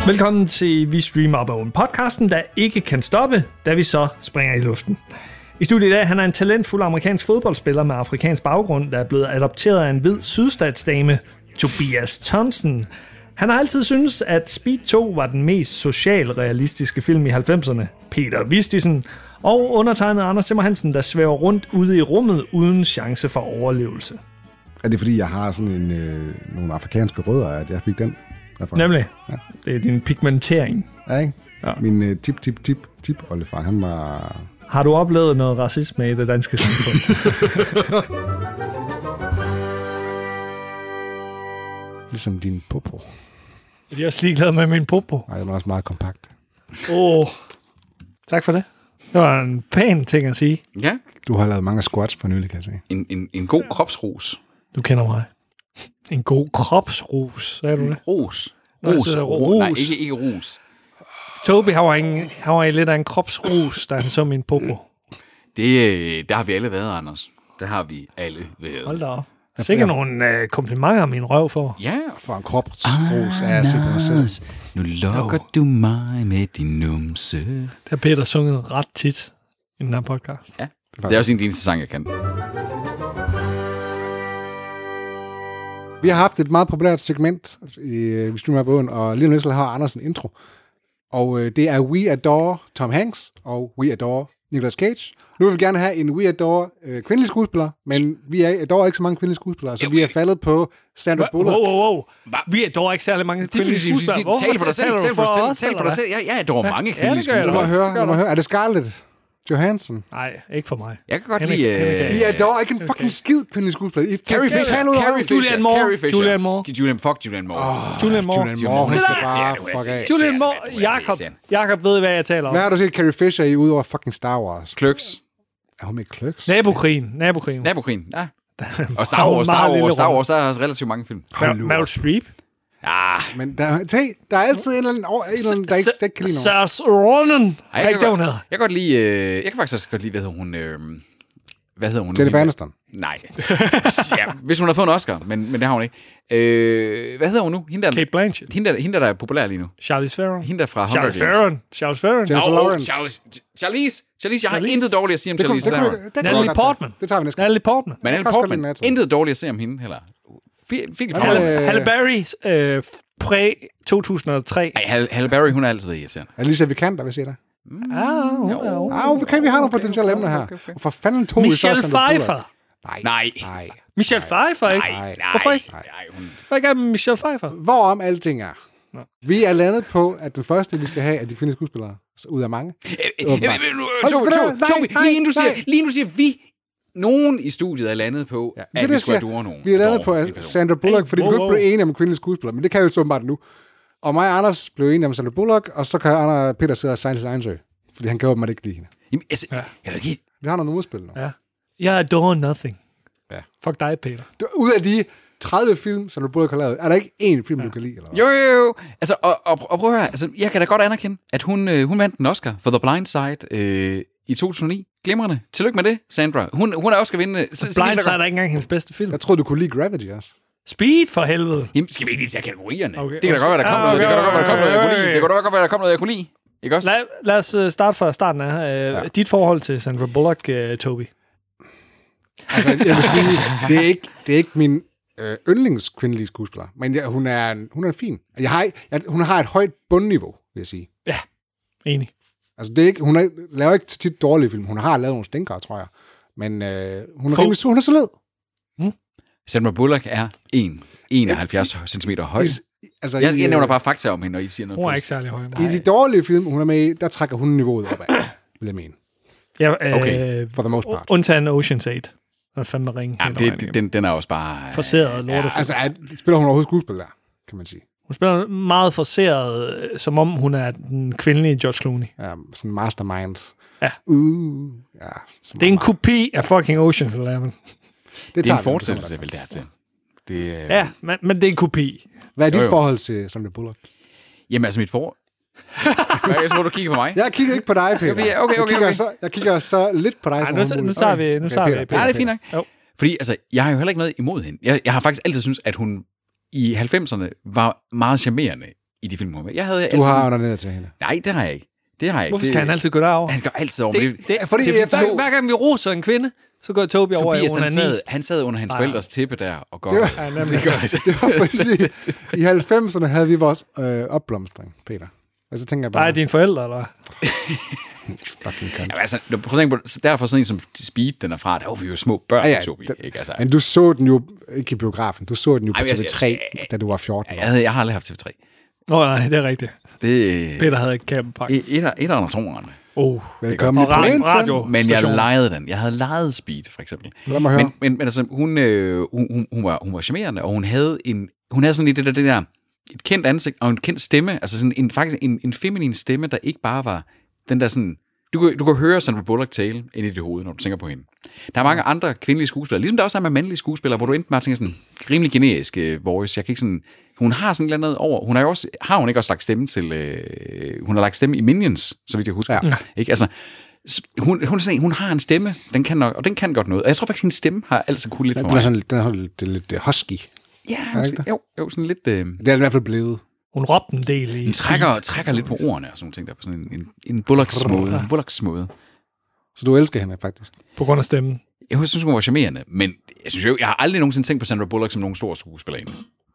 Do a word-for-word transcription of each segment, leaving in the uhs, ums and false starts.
Velkommen til Vi Streamer Op Oven, podcasten, der ikke kan stoppe, da vi så springer i luften. I studiet i dag, han er en talentfuld amerikansk fodboldspiller med afrikansk baggrund, der er blevet adopteret af en hvid sydstatsdame, Tobias Thompson. Han har altid syntes, at Speed to var den mest socialrealistiske film i halvfemserne. Peter Vistisen og undertegnet Anders Zimmer Hansen, der svæver rundt ude i rummet uden chance for overlevelse. Er det fordi, jeg har sådan en, øh, nogle afrikanske rødder, at jeg fik den? Derfor? Nemlig. Ja. Det er din pigmentering. Ja, ikke? Ja. Min øh, tip, tip, tip, tip oldefar, han var... Har du oplevet noget racisme i det danske samfund? Ligesom din popo. Er de også ligeglade med min popo? Nej, den er også meget kompakt. Åh, oh. Tak for det. Det var en pæn ting at sige. Ja. Du har lavet mange squats på nylig, kan jeg sige. En, en, en god kropsros. Du kender mig. En god kropsros, sagde du det? Ros. Nå, Ros. altså, ros. ros. Nej, ikke, ikke ros. Toby, han var, en, han var lidt af en kropsros, da han så min popo. Det, der har vi alle været, Anders. Der har vi alle været. Hold da op. Sikkert nogle øh, komplimenter, min røv for. Ja. For en kropsros er jeg sikker på mig selv. Nu lokker jo. du mig med din numse. Det har Peter sunget ret tit i den her podcast. Ja, det er også en af de eneste sang, jeg kan. Vi har haft et meget populært segment i Vi Streamer Op Oven, og lige nu så har Anders en intro. Og øh, det er We Adore Tom Hanks og We Adore Nicolas Cage. Nu vil vi gerne have en We Adore øh, kvindelig skuespiller, men vi er, adore ikke så mange kvindelige skuespillere, så ja, vi er faldet på Sandra Bullock. Wow, wow, wow. Vi adore ikke særlig mange kvindelige skuespillere. Hvorfor tal for dig selv, tal for dig selv, tal for dig selv. Jeg adore mange kvindelige skuespillere. Du må høre, du må høre. Er det Scarlett Johansson? Nej, ikke for mig. Jeg kan godt lide... Uh... I adore ikke en fucking okay. skid kvindelig skuespiller. Carrie Fisher. Carrie Fisher. Julianne Moore. Julianne Moore. Julianne, fuck Julianne Moore. Oh, Julianne Moore. Julianne Moore. Hun skal bare fuck af. Julianne Moore. Jakob. Jakob ved, hvad jeg taler om. Hvad har du set Carrie Fisher i udover fucking Star Wars? Kløks. Er hun med Kløks? Nabokrigen. Nabokrigen. Nabokrigen, ja. Og Star Wars, Star Wars, Star Wars, der er relativt mange film. Meryl Streep. Ja. Men der, se, der er altid en eller anden, en eller anden der ikke, der ikke kan lide nogen. Saoirse Ronan. Ej, jeg, kan godt, jeg kan godt lide, øh, jeg kan faktisk også godt lide, hvad hedder hun, øh, hvad hedder hun? Jennifer Aniston. Nej. Ja, hvis hun har fået en Oscar, men, men det har hun ikke. Øh, hvad hedder hun nu? Hende der, Kate Blanchett. Hende der, hende der, der er populær lige nu. Charlize Theron. Hende der fra Hunger Charlize Theron. Charlize Theron. Jennifer oh, Lawrence. Charlize. Charlize. Charlize, jeg har intet dårligt at sige om det Charlize Theron. Natalie Portman. Det tager vi næste. Natalie Portman. Men Natalie Portman, intet dårligt at se om hende heller. Halle Berry, øh, præ-to tusind og tre. Nej, Halle Berry, hun er altid været irriterende. Alicia Vikander, hvad siger der? Mm. Ah, ah, vi kan vi har nogle potentielle emner her. Og for fanden tog vi så Michelle Pfeiffer. Nej. Nej. Nej. Michelle Pfeiffer, ikke? Nej. Hvorfor ikke? Nej, hun... Hvad er med Michelle Pfeiffer? Hvorom alting er. Nå. Vi er landet på, at den første, vi skal have, er de kvindelige skuespillere. Ud af mange. Tobi, lige inden du siger, lige inden du siger, vi... Nogen i studiet er landet på, ja, at det, vi skulle adore nogen. Vi er landet på Sandra Bullock, fordi hey, wow, vi kunne ikke blive enige om kvindelige skuespillere, men det kan jo så bare nu. Og mig og Anders blev enige om Sandra Bullock, og så kan Anders Peter sidde og sejle til egen sø, fordi han kan åbenbart ikke lide hende. Jamen, altså, ja. jeg vil ikke... Vi har nogle udspil nu. Ja. Jeg adore nothing. Ja. Fuck dig, Peter. Du, ud af de tredive film, som du Bullock har lavet, er der ikke én film, ja. du kan lide? Eller hvad? Jo, jo, jo. Altså, og, og, og prøv at høre, altså, jeg kan da godt anerkende, at hun, øh, hun vandt en Oscar for The Blind Side øh, i to tusind og ni. Glimrende. Tillykke med det, Sandra. Hun, hun er også skal vinde. Så, Blind Side er ikke engang hendes bedste film. Jeg troede, du kunne lide Gravity også. Speed for helvede. Jamen, skal vi ikke lige tage kategorierne? Okay, det kan da godt være, der kom noget. Det kan da godt være, der kom noget, jeg kunne lide. Det kan da godt være, der kom noget, jeg kunne lide. Ikke også? Lad, lad os starte fra starten af. Uh, ja. Dit forhold til Sandra Bullock, uh, Toby. Altså, jeg vil sige, det er ikke, det er ikke min øh, yndlingskvindelige skuespiller, men jeg, hun, er, hun er fin. Jeg har, jeg, hun har et højt bundniveau, vil jeg sige. Ja, enig. Altså, det er ikke, hun er, laver ikke tit dårlige film. Hun har lavet nogle stinkere, tror jeg. Men øh, hun, er rimelig, hun er solid. Hmm? Sandra Bullock er en komma enoghalvfjerds centimeter høj. Altså, jeg, i, jeg nævner bare fakta om hende, når I siger noget. Hun er ikke særlig høj. I de dårlige film, hun er med i, der trækker hun niveauet opad, vil jeg mene. Ja, øh, okay. For the most part. Undtagen Ocean's eight. Og fandme ringe. Ja, det, det, den, den er også bare... Forseret lortet. Ja, altså, er, spiller hun overhovedet skuespil der, kan man sige. Hun spiller meget forseret, som om hun er den kvindelige George Clooney. Ja, sådan mastermind. Ja. Uh, ja det er en kopi af fucking Ocean's Eleven. Det, det er en fortsættelse, vel, dertil. Det, øh... Ja, men, men det er en kopi. Hvad er dit jo, jo. forhold til Sandra Bullock? Jamen, altså mit forhold... Jeg tror, du kigger på mig. Jeg kigger ikke på dig, Peter. Okay, okay, okay, jeg, kigger okay. Så, jeg kigger så lidt på dig. Ej, nu, nu, nu tager vi, nu okay, tager Peter, vi Peter, ja, det er fint nok. Jo. Fordi altså, jeg har jo heller ikke noget imod hende. Jeg, jeg har faktisk altid syntes, at hun i halvfemserne var meget charmerende i de film, hun med. Jeg havde Du har under ned til hende. Nej, det har jeg ikke. Det har jeg ikke. Hvorfor det, skal han altid gå derover? Han går altid over. Det, det, fordi det, jeg- hver, hver gang vi roser en kvinde, så går Toby over i Tobias, han onani. sad, han sad under hans Nej. forældres tæppe der og går. Det var- Ja, nemlig. det gør Det var fordi, i halvfemserne havde vi vores øh, opblomstring, Peter. Og så tænker jeg Bare bare, dine forældre, eller? fucking cunt. Ja, altså, prøv at tænke på, så derfor sådan en som Speed, den er fra, der var vi jo små børn, Ja, ja, ja, ja, Tobi, den- ikke? Altså, Men du så den jo ikke i biografen. Du så den jo på Ej, men T V jeg- tre, jeg- da du var fjorten. jeg, havde, jeg har aldrig haft T V tre. Nå, nej, det er rigtigt. Det Peter havde ikke kabelpakke. et, et, af- et af toerne. Oh. Velkommen i Og radio- provinsen. radio. Men jeg Station. lejede den. Jeg havde lejet Speed, for eksempel. Lad mig høre. Men, men, men altså, hun, øh, hun, hun, hun, var, hun var charmerende, og hun havde, en, hun havde sådan lidt det der, det der, et kendt ansigt og en kendt stemme, altså sådan en, faktisk en, en feminin stemme, der ikke bare var den der sådan, du kan, du kan høre Sandra Bullock tale ind i dit hoved, når du tænker på hende. Der er mange andre kvindelige skuespillere, ligesom der også er med mandlige skuespillere, hvor du enten bare tænker sådan, rimelig generisk uh, voice, jeg kan ikke sådan, hun har sådan et eller andet over, hun har jo også, har hun ikke også lagt stemme til, øh, hun har lagt stemme i Minions, så vidt jeg husker. Ja. Ikke? Altså, s- hun, hun, er sådan, en, hun har en stemme, den kan nok, og den kan godt noget. Og jeg tror faktisk, hendes stemme har altid kunne lidt Ja, for den er mig. sådan, den er sådan lidt, lidt øh, husky. Ja, det ikke det? jo, jo, sådan lidt... Øh, Det er i hvert fald blevet. Hun råbte en del i den trækker, Speed. trækker lidt på ordene og sådan nogle ting der, på sådan en, en, en Bullocks måde. En Bullocks måde. Så du elsker hende faktisk. På grund af stemmen. Jeg synes, hun var charmerende, men jeg synes jo, jeg har aldrig nogensinde tænkt på Sandra Bullock som nogen stor skuespillerinde.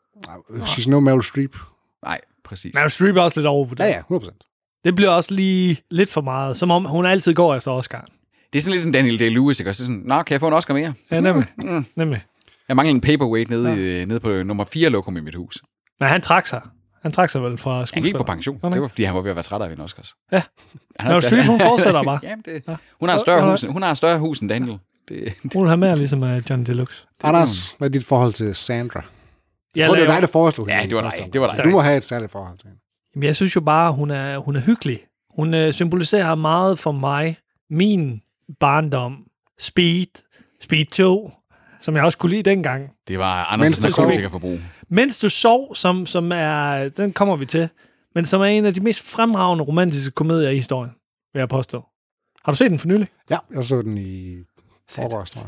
She's no Meryl Streep. Nej, præcis. Meryl Streep er også lidt overvurderet. Ja, ja, hundrede procent. Det bliver også lige lidt for meget, som om hun altid går efter Oscar. Det er sådan lidt sådan Daniel Day-Lewis, ikke? Og så sådan, nå, kan jeg få en Oscar mere? Ja, nemlig. nemlig. Jeg mangler en paperweight nede, ja. i, nede på nummer fire lokum i mit hus. Men han trak sig. Han trak sig vel fra Han gik skuespiller. på pension. Nå, nej. Det var, fordi han var ved at være træt af at vinde Oscars. Ja. Han Meryl Streep, hun fortsætter bare. Jamen, det, Ja. hun, har et større hus, hun har et større hus end Daniel. Det, Hun vil have mere ligesom uh, Johnny Deluxe. Anders, hvad er dit forhold til Sandra? Jeg Jeg, tror, det var laver, dig, der foreslog Ja, hende. det var i dig. første Det var omgang. dig. Du må have et særligt forhold til hende. Jamen, jeg synes jo bare, hun er, hun er hyggelig. Hun øh, symboliserer meget for mig. Min barndom. Speed. Speed to. Som jeg også kunne lide dengang. det var Mens Anders' du sov. narkotika forbrug. Mens du sov, som, som er... Den kommer vi til. Men som er en af de mest fremragende romantiske komedier i historien, vil jeg påstå. Har du set den for nylig? Ja, jeg så den i Satan. forgårs, tror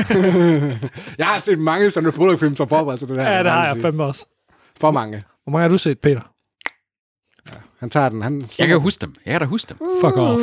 jeg. Jeg har set mange Sandra Bullock-film som forberedelse til det her. Ja, det må har man jeg sige. fandme også. For mange. Hvor mange har du set, Peter? Han tager den. Han Jeg kan jo huske dem. Jeg kan da huske dem. Fuck off.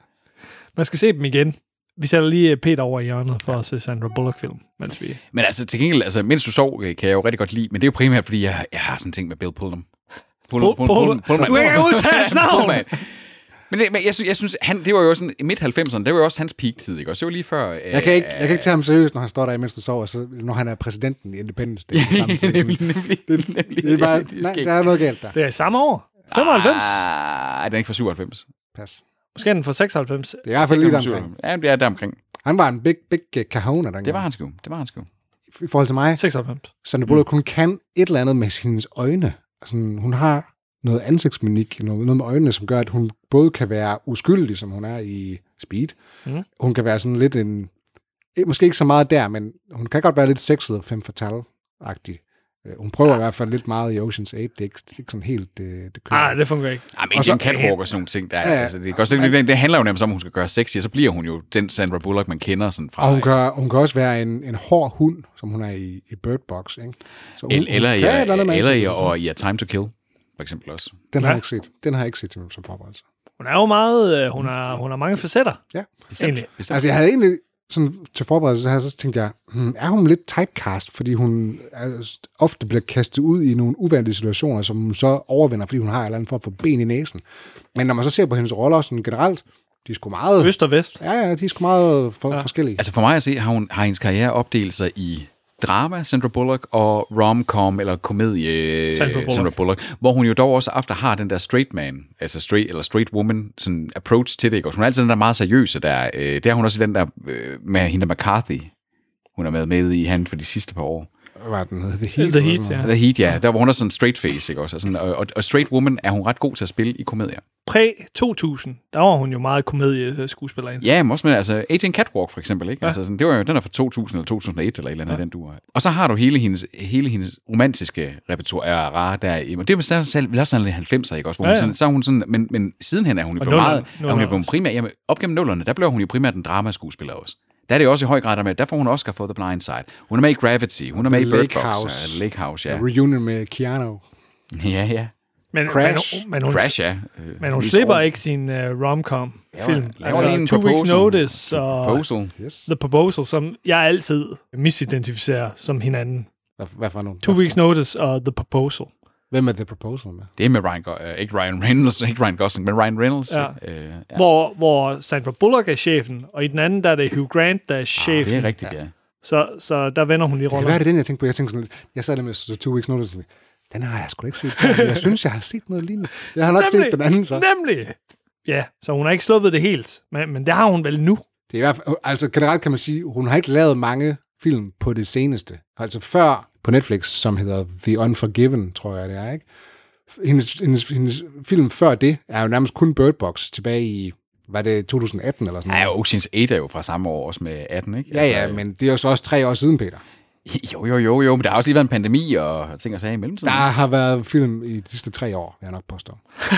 Man skal se dem igen. Vi sætter lige Peter over i hjørnet for at se Sandra Bullock-film, mens vi... Men altså, til gengæld, altså, mens du sov, øh, kan jeg jo rigtig godt lide, men det er jo primært, fordi jeg, jeg har sådan en ting med Bill Pullman. Pull- Pull- Du kan ikke udtale hans navn! Pullman. Men, det, men jeg, synes, jeg synes, han, det var jo sådan i midt halvfemserne, det var jo også hans peak-tid, ikke? Og så var lige før... Øh, Jeg kan, ikke, jeg kan ikke tage ham seriøst, når han står der, mens du sover, så, når han er præsidenten i Independence Day. samtidig. nemlig, nemlig, det, nemlig. det er bare, Det er nej, skægt. der er noget galt der. Det er i samme år. femoghalvfems. Ah, den er ikke fra syvoghalvfems. Pas. Måske er den fra seksoghalvfems. Det er i hvert fald lige der omkring. Ja, det er der omkring. Han var en big, big uh, kahuna dengang. Det var han sgu. Det var han sgu. I forhold til mig, seksoghalvfems. Sandra Bullock, hun kan et eller andet med hendes øjne. Altså, hun har noget ansigtsmimik, noget, noget med øjnene, som gør, at hun både kan være uskyldig, som hun er i Speed. Mm. Hun kan være sådan lidt en... Måske ikke så meget der, men hun kan godt være lidt sexet og femme fatale-agtig. Øh, Hun prøver ja. i hvert fald lidt meget i Ocean's eight. Det er ikke, det er ikke sådan helt... Det, det kører. Nej, det fungerer ikke. Ja, men Og så- en catwalk og sådan nogle ting, der er, Ja, altså, det, kan også, det, det handler jo nærmest om, at hun skal gøre sexy, og så bliver hun jo den Sandra Bullock, man kender sådan fra... Og hun kan, hun kan også være en, en hård hund, som hun er i, i Bird Box. Ikke? Så hun, El, eller hun i, kan et eller andet med eller i, ansigtet. og i A Time to Kill, for eksempel også. Den har Ja. jeg ikke set. Den har jeg ikke set som, som forberedelse. Hun er jo meget... Øh, hun, har, hun har mange facetter, Ja. egentlig. Bestemt. Altså, jeg havde egentlig sådan, til forberedelse her, så tænkte jeg, hmm, er hun lidt typecast, fordi hun altså, ofte bliver kastet ud i nogle uventede situationer, som hun så overvinder, fordi hun har et eller andet form for ben i næsen. Men når man så ser på hendes roller sådan generelt, de er sgu meget... Øst og vest. Ja, ja, de er sgu meget for, ja. forskellige. Altså for mig at se, har, hun, har hendes karriere opdelt sig i drama, Sandra Bullock, og rom-com, eller komedie, Sandra Bullock. Sandra Bullock, hvor hun jo dog også ofte har den der straight man, altså straight, eller straight woman, sådan approach til det, ikke? Hun er altid den der meget seriøse der, øh, det har hun også i den der, øh, med hende McCarthy, hun er med, med i han for de sidste par år. Hvad var den hed? The Heat? The eller Heat, sådan ja. noget. The Heat, ja, der hvor hun er sådan straight face, ikke også? Altså, og, og, og straight woman er hun ret god til at spille i komedier. Præ to tusind, der var hun jo meget komedieskuespillerinde. Ja, men også med, altså Agent Catwalk for eksempel, ikke? Ja. Ja. Altså, sådan, det var jo, den er fra to tusind eller to tusind og et eller et eller andet, ja. Den du Og så har du hele hendes, hele hendes romantiske repertoire der, i- og det er jo selv, vel også sådan lidt halvfemser, ikke også? Hvor Ja, hun ja. sådan, så er hun sådan, men, men sidenhen er hun jo Og blevet nullerne. meget, er hun Nullerne jo blevet også. primært, jamen, op gennem nullerne, der blev hun jo primært en dramaskuespiller også. Der er det jo også i høj grad der med, der får hun Oscar for The Blind Side. Hun er med i Gravity, hun er med i The Bird Lake Box, House. uh, Lake House, ja. Reunion med Keanu. Ja, ja. Men, Crash. Men, men hun, Crash, ja. Øh, men hun slipper ikke sin uh, rom-com-film. Altså, Two Weeks Notice og Proposal. Yes. The Proposal, som jeg altid misidentificerer som hinanden. Hvad, hvad for nogle? Two Weeks Notice og The Proposal. Hvem er The Proposal med? Det er med Ryan, Go- uh, ikke Ryan Reynolds, ikke Ryan Gosling, men Ryan Reynolds. Ja. Øh, ja. Hvor, hvor Sandra Bullock er chefen, og i den anden, der er det Hugh Grant, der er chefen. Ah, det er rigtigt, ja. Så, så der vender hun lige roller. Hvad er det den, jeg tænkte på? Jeg tænkte sådan lidt, jeg sad der med The Two Weeks Notice. Den har jeg sgu da ikke set før. Jeg synes, jeg har set noget lignende. Jeg har nok Nemlig. set den anden, så. Nemlig! Ja, så hun har ikke sluppet det helt, men, men det har hun vel nu. Det er i hvert fald, altså generelt kan man sige, hun har ikke lavet mange film på det seneste. Altså før på Netflix, som hedder The Unforgiven, tror jeg det er, ikke? Hendes, hendes, hendes film før det er jo nærmest kun Bird Box tilbage i, var det to tusind atten eller sådan noget? Ja, Ocean's otte er jo fra samme år også med atten, ikke? Ja, ja, men det er jo så også tre år siden, Peter. Jo, jo, jo, jo, men der har også lige været en pandemi og ting og sager i mellemtiden. Der har været film i de sidste tre år, jeg nok påstår.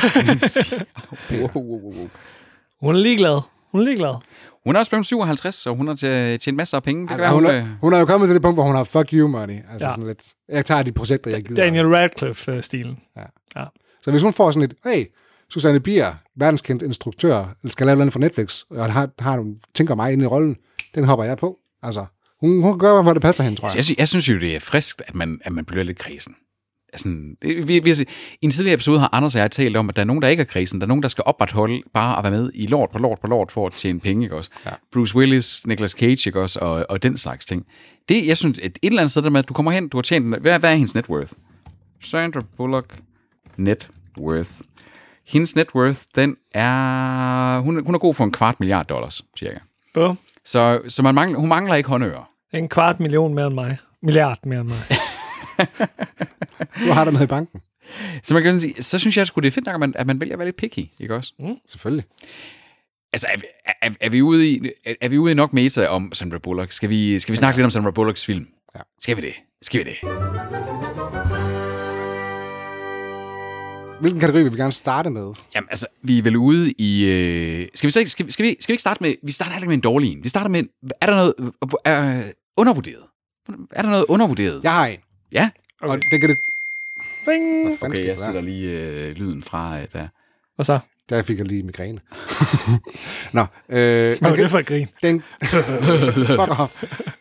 wow, wow, wow. Hun er ligeglad. Hun er ligeglad. Hun er også blevet syvoghalvtreds, og hun har tjent masser af penge. Det Altså, gør hun, hun, er, øh, hun er jo kommet til det punkt, hvor hun har fuck you money. Altså Ja. sådan lidt, jeg tager de projekter, jeg gider. Daniel Radcliffe-stilen. Så hvis hun får sådan lidt, hey, Susanne Bier, verdenskendt instruktør, skal lave noget for Netflix, og har, har du tænker mig ind i rollen, den hopper jeg på. Altså, hun, hun gør, hvor det passer hende, tror jeg. jeg, synes, jeg synes jo, det er friskt, at man, at man bliver lidt kredsen. Altså, det, vi, vi, I en tidligere episode har Anders og jeg talt om, at der er nogen, der ikke er kredsen. Der er nogen, der skal opretholde bare at være med i lort på lort på lort for at tjene penge, ikke også? Ja. Bruce Willis, Nicolas Cage, ikke også? Og, og den slags ting. Det, jeg synes, et, et eller andet sted der med, at du kommer hen, du har tjent, hvad, hvad er hendes net worth? Sandra Bullock net worth. Hendes net worth, den er, hun, hun er god for en kvart milliard dollars, cirka. Bum. Så, så man mangler, hun mangler ikke håndører. En kvart million mere end mig. Milliard mere end mig. Du har der noget i banken. Så man kan sige, så synes jeg sgu, det er fedt nok, at man, at man vælger at være lidt picky, ikke også? Mm, selvfølgelig. Altså, er, er, er, vi ude i, er, er vi ude i nok meta om Sandra Bullock? Skal vi, skal vi snakke ja. lidt om Sandra Bullocks film? Ja. Skal vi det? Skal vi det? Hvilken kategori vil vi gerne starte med? Jamen, altså, vi er vel ude i... Øh, skal, vi så ikke, skal, vi, skal, vi, skal vi ikke starte med... Vi starter aldrig med en dårlig en. Vi starter med... Er der noget er, undervurderet? Er der noget undervurderet? Jeg har en. Ja? Okay. Og det kan det... Bing! Okay, jeg sætter lige øh, lyden fra øh, der. Hvad så? Der fik jeg lige migræne. Nå. Øh, Hvad er det for et grin? Den... Fuck off.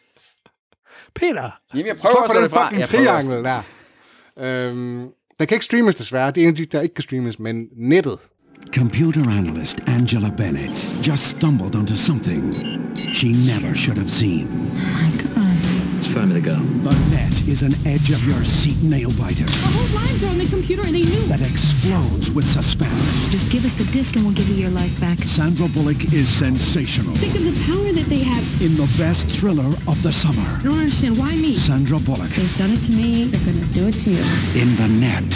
Peter! Jamen, jeg prøver Stop at på sætte den det fra. fucking Jeg prøver også. triangel der. Øhm, den kan ikke streames desværre. Det er en af de, der ikke kan streames, men nettet. Computer analyst Angela Bennett just stumbled onto something she never should have seen. My God. It's time to go. The net is an edge-of-your-seat nail-biter The whole lives are on the computer and they knew. that explodes with suspense. Just give us the disc and we'll give you your life back. Sandra Bullock is sensational Think of the power that they have. in the best thriller of the summer. I don't understand. Why me? Sandra Bullock They've done it to me. They're going to do it to you. in The Net.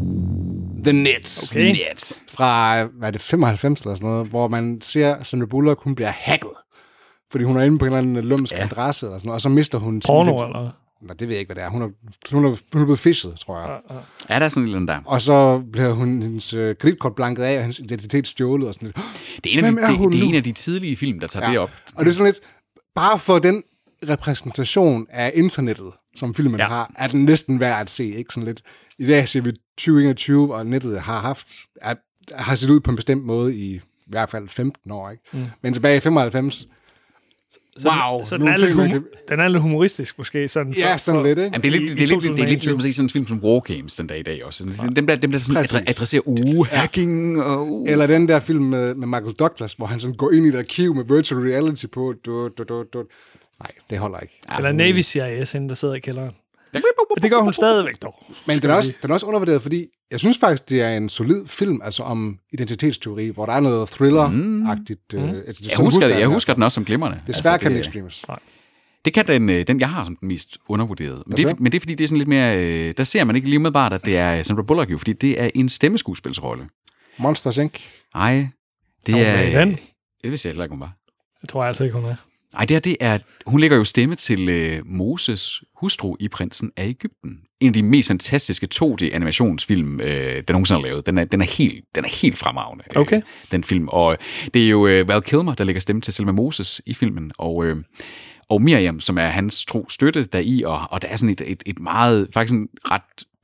The Net. Okay. Net. Fra, hvad er det, femoghalvfems eller sådan noget, hvor man ser Sandra Bullock, hun bliver hacket. Fordi hun er inde på en eller anden lumsk ja. adresse, eller sådan noget, og så mister hun... sin Porno, ident- eller? Nå, det ved jeg ikke, hvad det er. Hun er, hun er, hun er blevet fishet, tror jeg. Ja. Ja, der er sådan en lille der. Og så bliver hun, hendes øh, kreditkort blanket af, og hendes identitet stjålet og sådan lidt. Det er en af, Hvem de, er det, hun det er nu? en af de tidlige film, der tager Ja. det op. Og det er sådan lidt, bare for den repræsentation af internettet, som filmen ja. har, er den næsten værd at se. Ikke sådan lidt. I dag ser vi tyve enogtyve, og nettet har haft, er, har set ud på en bestemt måde i i hvert fald femten år. Ikke? Mm. Men tilbage i femoghalvfems, Så, wow. så den, nogle er lidt ting, man hum- kan- den er lidt humoristisk, måske. Sådan Ja, for, sådan for, lidt, ikke? Jamen, det er lidt, I- det i er lidt, det er lidt to tusind ligesom at se sådan en film som War Games den dag i dag også. Dem der, dem der sådan Præcis. adre- adresserer uh, hacking og uh. Eller den der film med, med Michael Douglas, hvor han sådan går ind i et arkiv med virtual reality på. Du, du, du, du. Nej, det holder ikke. Eller Navy C I S, hende, der sidder i kælderen. Det gør hun stadigvæk, dog. Men den er, også, den er også undervurderet, fordi jeg synes faktisk, det er en solid film, altså om identitetsteori, hvor der er noget thriller-agtigt. Mm. Øh, altså, Jeg husker, det, jeg husker den også som glimrende. Desværre Altså, kan den det- ikke streames. Det kan den, øh, den, jeg har som den mest undervurderede. Men, det, er, så? men det er, fordi det er sådan lidt mere... Øh, der ser man ikke lige umiddelbart, at det er Sandra Bullock jo, fordi det er en stemmeskuespilsrolle. Monsters Incorporated. Nej, det Er hun er... med i den? Det vidste jeg heller ikke, hun var. Det tror jeg altså ikke, hun er. Nej, det er, det er... Hun lægger jo stemme til øh, Moses hustru i Prinsen af Egypten. En af de mest fantastiske to D-animationsfilm, øh, der nogensinde er lavet. Den er, den er, helt, den er helt fremragende, øh, Okay. den film. Og det er jo øh, Val Kilmer, der lægger stemme til selve Moses i filmen. Og... Øh, Og Miriam, som er hans tro støtte deri, og, og der er sådan et, et, et meget, faktisk en ret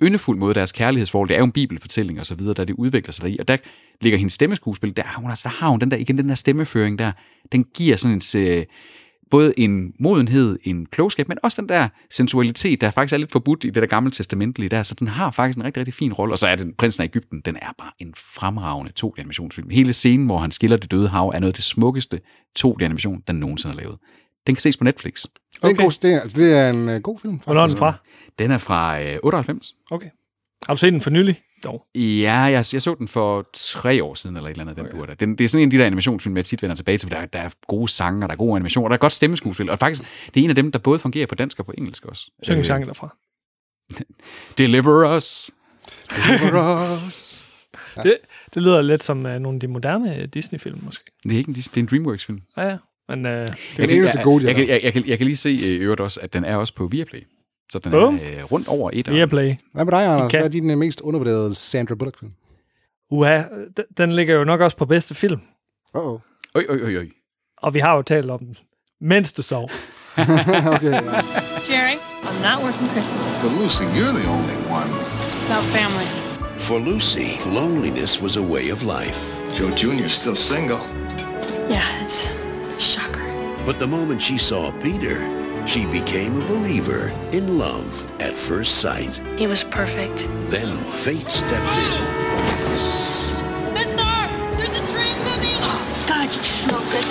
yndefuld måde deres kærlighedsforhold. Det er jo en bibelfortælling og så videre, der det udvikler sig deri. Og der ligger hendes stemmeskuespil, der, hun, altså, der har hun den der, igen den der stemmeføring der, den giver sådan en, øh, både en modenhed, en klogskab, men også den der sensualitet, der faktisk er lidt forbudt i det der gamle testamentlige der, så den har faktisk en rigtig, rigtig fin rolle. Og så er den Prinsen af Egypten, den er bare en fremragende to D-animationsfilm. Hele scenen, hvor han skiller det døde hav, er noget af det smukkeste to D-animation, der nogensinde har lavet. Den kan ses på Netflix. Det er, en Okay. god, det er, altså, det er en uh, god film. Hvornår er den fra? Den er fra øh, otteoghalvfems. Okay. Har du set den for nylig? Dog. Ja, jeg, jeg så den for tre år siden, eller et eller andet, den okay. der. Den, det er sådan en af de der animationsfilm, jeg tit vender tilbage til, for der, der er gode sange, og der er gode animationer, og der er godt stemmeskuespil, og faktisk, det er en af dem, der både fungerer på dansk og på engelsk også. Syng en sang derfra. Deliver Us. Deliver Us. Ja. Det, det lyder lidt som uh, nogle af de moderne Disney-film, måske. Det er ikke en, det er en DreamWorks-film. Ja, ja. Men uh, det Den er eneste jeg, gode, de jeg, har jeg, jeg, jeg, kan, jeg kan lige se i øvrigt også, at den er også på Viaplay. Så den Boom. er øh, rundt over et. Viaplay. Hvad med dig, Anders? kan- Hvad er din uh, mest undervurderede Sandra Bullock-film? Uha, den, den ligger jo nok også på bedste film. Uh-oh. Øj, øj, øj, øj. Og vi har jo talt om den, mens du sov. Okay. Jerry, I'm not working Christmas. But Lucy, you're the only one. About family. For Lucy, loneliness was a way of life. Joe Junior's still single. Yeah, it's a shocker. But the moment she saw Peter, she became a believer in love at first sight. He was perfect. Then fate stepped in. Mister! There's a train coming! Oh, God, you smell good.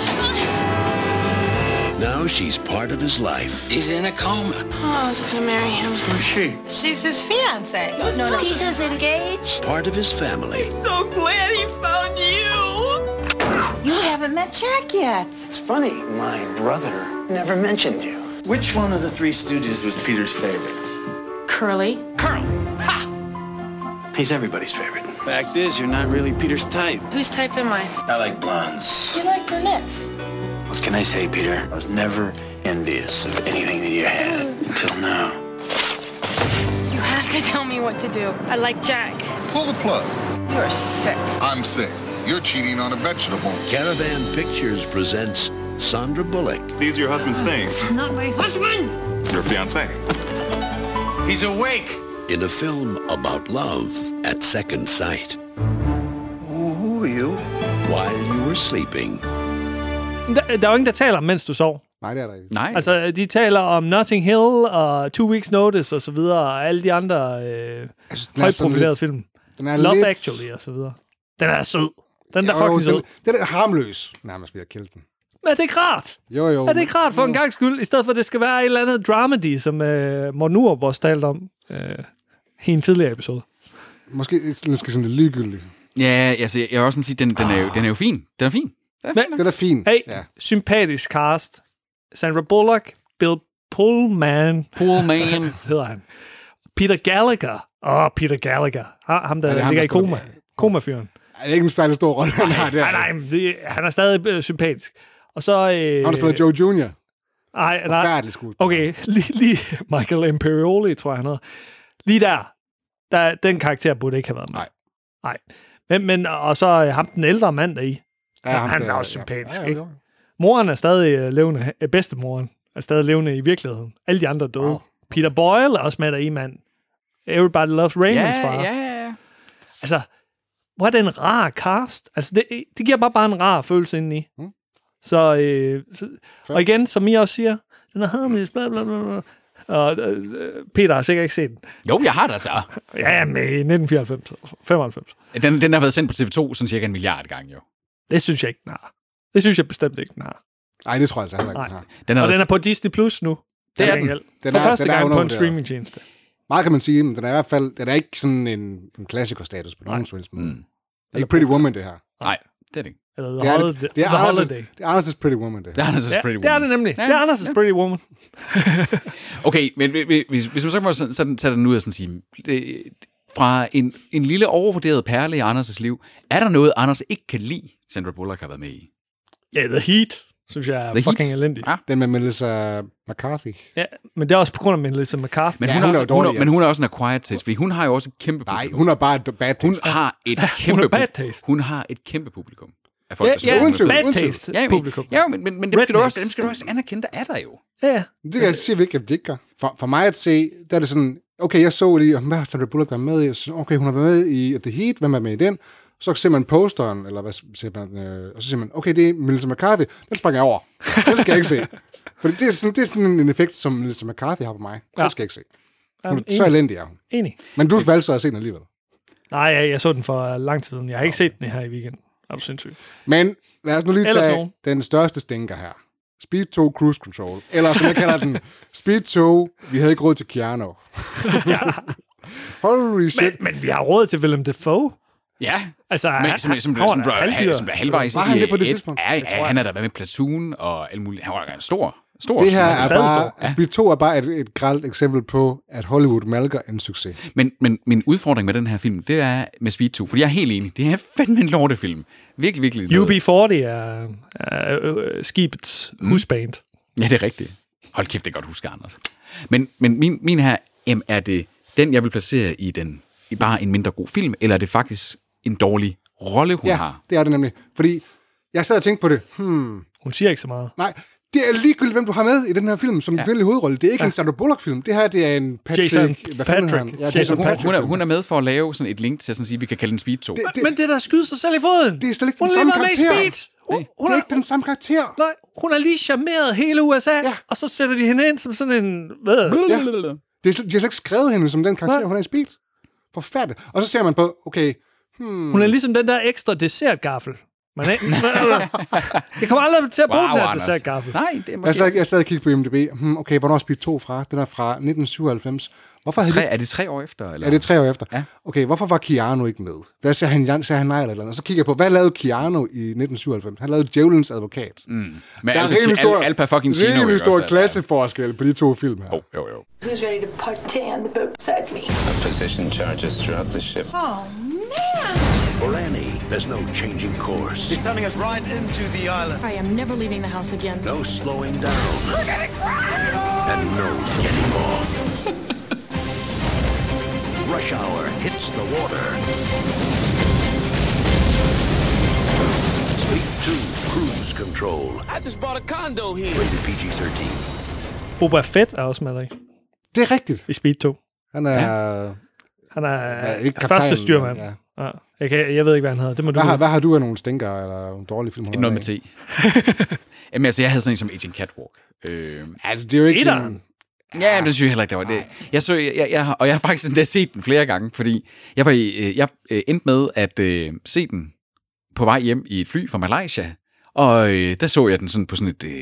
Now she's part of his life. He's in a coma. Oh, I was gonna marry him. Who's she? She's his fiance. No, no, no. Peter's engaged. Part of his family. So glad he found you. You haven't met Jack yet. It's funny, my brother never mentioned you. Which one of the three Stooges was Peter's favorite? Curly. Curly! Ha! He's everybody's favorite. Fact is, you're not really Peter's type. Whose type am I? I like blondes. You like brunettes. What can I say, Peter? I was never envious of anything that you had until now. You have to tell me what to do. I like Jack. Pull the plug. You're sick. I'm sick. You're cheating on a vegetable. Caravan Pictures presents Sandra Bullock. These are your husband's things. Not my husband! Your fiancé. He's awake! In a film about love at second sight. Who are you? While you were sleeping. Der, der er jo ingen, der taler om, mens du sov. Nej, det er der ikke. Nej, Altså, de taler om Notting Hill og Two Weeks Notice og så videre, og alle de andre øh, Altså, den er højt sådan profilerede lidt- film. Den er Love lidt... Actually og så videre. Den er sød. Den er Jo, fucking sød. den, den er harmløs, nærmest ved at kælde den. Men er det ikke rart? Jo, jo. Er det ikke rart for en gang skyld, i stedet for at det skal være et eller andet dramedy, som øh, Morten Urup også talte om øh, i en tidligere episode? Måske den skal sådan lidt ligegyldigt. ja, altså, jeg vil også sådan sige, den, den, er jo, den er jo fin. Den er fin. Den er Men- fin. Den er fin. Hey, Ja. sympatisk cast. Sandra Bullock, Bill Pullman Cool man. hedder han. Peter Gallagher. Åh, oh, Peter Gallagher. Ha- Ham, der Ja, det er ham, ligger i der spiller- koma. Komafyren. Er det ikke en særlig stor rolle, han har der? Nej, nej, men det, han er stadig øh, sympatisk. Og så... Øh, Han har spillet Joe Junior Nej, nej. Forfærdelig skuespiller. Okay, lige, lige Michael Imperioli, tror jeg, han hedder. Lige der, der, den karakter burde ikke have været med. Nej. Nej. Men, men, og så øh, ham, den ældre mand deri. Ja, Ja, ham han der- er også ja. sympatisk, Ja, ja, ikke? jo. Moren er stadig øh, levende. Øh, bedstemoren er stadig levende i virkeligheden. Alle de andre er døde. Wow. Peter Boyle er også med deri, mand. Everybody Loves Raymond's Ja, far. ja, ja. Altså, hvor er det en rar cast? Altså, det, det giver bare bare en rar følelse indeni. Mm. Så, øh, så og igen, som I også siger, den er harmløs, bla bla bla bla. Og øh, Peter har sikkert ikke set den. Jo, jeg har det så. Ja, med i nitten fireoghalvfems, femoghalvfems. Den, den har været sendt på T V to sådan cirka en milliard gange, jo. Det synes jeg ikke, den har. Det synes jeg bestemt ikke, den har. Nej, det tror jeg altså heller ikke, Nej. den har. Den er Og også, den er på Disney Plus nu. Det er Til den. gengæld. Den For er- første den er gang på en undervurderet. streamingtjeneste. Meget kan man sige, men den er i hvert fald den er ikke sådan en, en klassikerstatus på nogen som helst måde. Mm. Det er ikke Pretty Woman, det her. nej, det er det ikke. Eller The, Det er, Holiday. det, det er, The Anders, Holiday. det er Anders' Pretty Woman, det Det her. er Anders' Ja, Pretty Woman. det er det nemlig. Ja, Det er Anders' ja. Pretty Woman. Okay, men hvis, hvis, hvis man så må sådan, sådan tage den ud og sådan sige, det, fra en, en lille overvurderet perle i Anders' liv, er der noget, Anders ikke kan lide, Sandra Bullock har været med i? Ja, The Heat, synes jeg er The fucking Heat? elendig. Ja. Den med Melissa McCarthy. Ja, men det er også på grund af Melissa McCarthy. Men, Ja, hun, hun er er også, jo hun, dårlig, er, men hun er også en acquired taste, fordi hun har jo også et kæmpe Nej, publikum. hun er bare et bad Hun taste. har et Hun kæmpe er bad publikum. taste. Hun har et kæmpe publikum. Af folk, Ja, der synes, ja, hun er undskyld, fed. bad undskyld. taste Ja, men, publikum. ja, men, men, men dem, skal du Rednecks. også, dem skal du også anerkende, der er der jo. Ja, Det kan jeg sige, vi ikke, at det ikke gør. For, for mig at se, der er det sådan, okay, jeg så lige, hvad har Sandra Bullock været med i? Så, okay, hun har været med i The Heat, hvem er med i den? Så ser man posteren, eller hvad siger man, øh, og så siger man, okay, det er Melissa McCarthy, den springer jeg over. Den skal jeg ikke se. For det er sådan, det er sådan en effekt, som Melissa McCarthy har på mig. Den ja. skal jeg ikke se. Hun, Jamen, så elendig er hun. Enig. Men du valgte så at se den alligevel. Nej, jeg, jeg så den for lang tid siden. Jeg har ikke set den her i weekenden. Er du sindssyg? Men lad os nu lige Ellers tage nogen. den største stinker her. Speed to Cruise Control. Eller som jeg kalder den, Speed to, vi havde ikke råd til Keanu. ja. Holy shit. Men, men vi har råd til Willem Dafoe. Ja, altså, men, han, som, som, han, som, han, som, halvdyr. som, som halvvejs. Var han det på det et, tidspunkt? Ja, ja, han er der med Platoon og alt muligt. Han var en stor, stor. Det her stor, er bare, ja. Speed to er bare et, et grelt eksempel på, at Hollywood malker en succes. Men, men min udfordring med den her film, det er med Speed to, fordi jeg er helt enig. Det er fandme en lortefilm. Virkelig, virkelig. U B fyrre er, er øh, skibets mm. husband. Ja, det er rigtigt. Hold kæft, det er godt huske, Anders. Men, men min, min her, em, er det den, jeg vil placere i den i bare en mindre god film, eller er det faktisk en dårlig rolle, hun ja, har? Ja, det er det nemlig. Fordi jeg sad og tænkte på det. Hmm. Hun siger ikke så meget. Nej, det er ligegyldigt, hvem du har med i den her film som ja. kvindelige hovedrolle. Det er ikke ja. en Sandra Bullock-film. Det her, det er en Patrick... Jason hvad Patrick. Han? Ja, Jason Jason hun, Patrick. Hun er, hun er med for at lave sådan et link til at sådan sige, at vi kan kalde den Speed to. Det, det, men det der skyder sig selv i foden. Det er slet ikke hun den samme karakter. Med i Speed. Hun, det, hun det er er ikke den samme karakter. Nej, hun har lige charmeret hele U S A, ja. og så sætter de hende ind som sådan en... Hvad? Ja. Det er, de har slet ikke skrevet hende som den karakter, nej. Hun er i Speed. Forfærdeligt. Og så ser man på, okay... Hmm. Hun er ligesom den der ekstra dessertgaffel. Man er, jeg kommer aldrig til at bruge wow, den her dessertgaffel. Nej, det er måske... Jeg sad, jeg sad og kiggede på I M D B. Hmm, okay, hvornår er Speed to fra? Den er fra nitten syvoghalvfems. Hvorfor tre, de... Er det tre år efter? Eller? Ja, det er tre år efter. Ja. Okay, hvorfor var Keanu ikke med? Hvad sagde han? Sagde han nej eller andet? Og så kigger jeg på, hvad lavede Keanu i nitten syvoghalvfems? Han lavede Djævelens Advokat. Mm. Men der er rimelig stor, al, al, fucking Chino, rimelig stor klasseforskel på de to film her. Oh, jo, jo. Who's ready to party on the boat beside me? A position charges throughout the ship. Oh, man! For Annie, there's no changing course. He's turning us right into the island. I am never leaving the house again. No slowing down. We're gonna cry! And no getting off. Rush hour hits the water. Speed two, cruise control. I just bought a condo here. Rated P G thirteen. Boba Fett er også med dig. Det er rigtigt. I Speed to. Han er... Ja. Han er ja, ikke første styrmand. Ja. Ja. Jeg, kan, jeg ved ikke, hvad han hedder. Det må hvad, du har, hvad har du af nogle stinker eller nogle dårlige film? Noget med te. Jamen altså, jeg havde sådan en som Agent Catwalk. Øh, altså, det er jo ikke... Etteren. Ja, det synes jeg heller ikke, det var det. Jeg så, jeg, jeg, og jeg har faktisk endda set den flere gange, fordi jeg var i, jeg endte med at øh, se den på vej hjem i et fly fra Malaysia, og øh, der så jeg den sådan på sådan et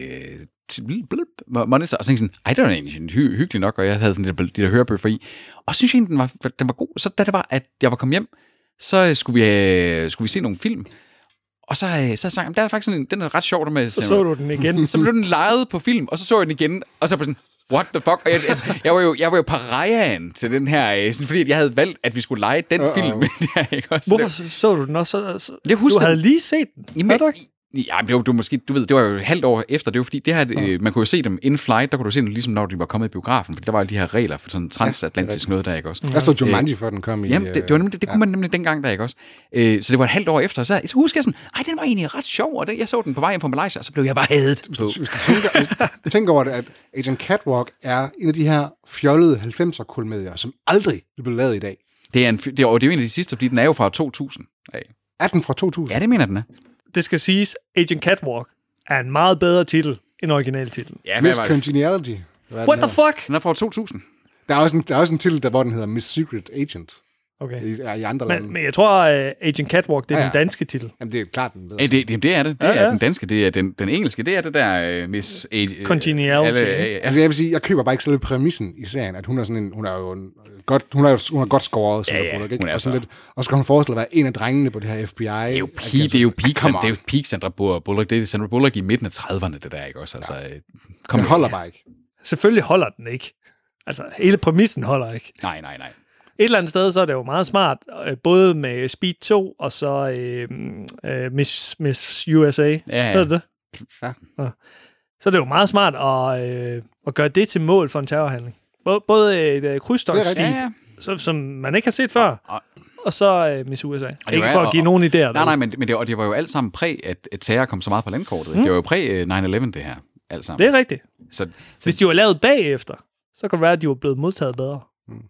øh, monitor, og så tænkte sådan, ej, det var egentlig hy- hyggeligt nok, og jeg havde sådan de der hørebøffer i, og synes jeg egentlig, den var, den var god. Så da det var, at jeg var kommet hjem, så skulle vi, øh, skulle vi se nogle film, og så, øh, så sagde jeg, der er faktisk sådan en, den er ret sjov. Der med, så så du den igen. Så blev den lejet på film, og så så jeg den igen, og så på sådan, what the fuck? Og jeg, altså, jeg, var jo, jeg var jo pariaen til den her, sådan, fordi jeg havde valgt, at vi skulle lege den Uh-oh. film. Der, ikke? Også hvorfor der, så du den også? Så, jeg husker, du havde lige set den, jamen, du ja, det var, du måske, du ved, det var jo et halvt år efter, det var fordi, det her, uh. øh, man kunne jo se dem in flight, der kunne du se dem ligesom, når de var kommet i biografen, fordi der var jo de her regler for sådan transatlantisk ja, noget der, ikke også? Jeg så Jumanji, før den kom i... Jamen, det, det, var nemlig, det, det ja. kunne man nemlig dengang der, ikke også? Øh, så det var et halvt år efter, så, så husker jeg sådan, ej, den var egentlig ret sjov, og det, jeg så den på vej hjem fra Malaysia, og så blev jeg bare hadet. Hvis du, hvis du tænker, hvis, tænker over det, at Agent Catwalk er en af de her fjollede halvfemser-komedier, som aldrig blev lavet i dag. Det er, en, det, er, og det er jo en af de sidste, fordi den er jo fra to tusind. Af. Er den fra to tusind? Ja, det mener den er. Det skal siges, Agent Catwalk er en meget bedre titel end originaltitlen. Ja, Miss Congeniality. What the fuck? Den er fra to tusind. Der er også en, der er også en titel, der, hvor den hedder Miss Secret Agent. Okay. I, i andre men, lande. Men jeg tror, uh, Agent Catwalk, det er ja, ja. den danske titel. Jamen, det er klart den bedre. Æ, det, det, det er det. Det ja, er ja. den danske. Det er den, den engelske. Det er det der uh, Miss... Uh, Congeniality. Alle, uh, altså, jeg vil sige, jeg køber bare ikke selve præmissen i serien, at hun er sådan en... Hun er jo en, godt, hun er jo hun er godt skåret, ja, ja, Bullock, ikke? Hun er og, så. lidt, og så skal hun forestille at være en af drengene på det her F B I. Det er jo peak, det er jo peak, det er jo peak Sandra Bullock. Det er Sandra Bullock i midten af trediverne, det der, ikke også? Altså, ja. kom den holder bare ikke. Selvfølgelig holder den ikke. Altså, hele præmissen holder ikke. Nej, nej, nej. Et eller andet sted, så er det jo meget smart, både med Speed to, og så øh, øh, Miss, Miss U S A. Ja, ja. Ved du det? Ja. ja. Så er det jo meget smart at, øh, at gøre det til mål for en terrorhandling. Både, både et øh, krydstogtskib, ja, ja. som, som man ikke har set før, og, og så øh, Miss U S A. Ikke for at give og, nogen idéer. Nej, nej, men, men det, og det var jo alt sammen præg, at, at terror kom så meget på landkortet. Mm. Det var jo præg nine eleven, det her. Alt sammen. Det er rigtigt. Så, så, hvis de var lavet bagefter, så kan det være, at de var blevet modtaget bedre.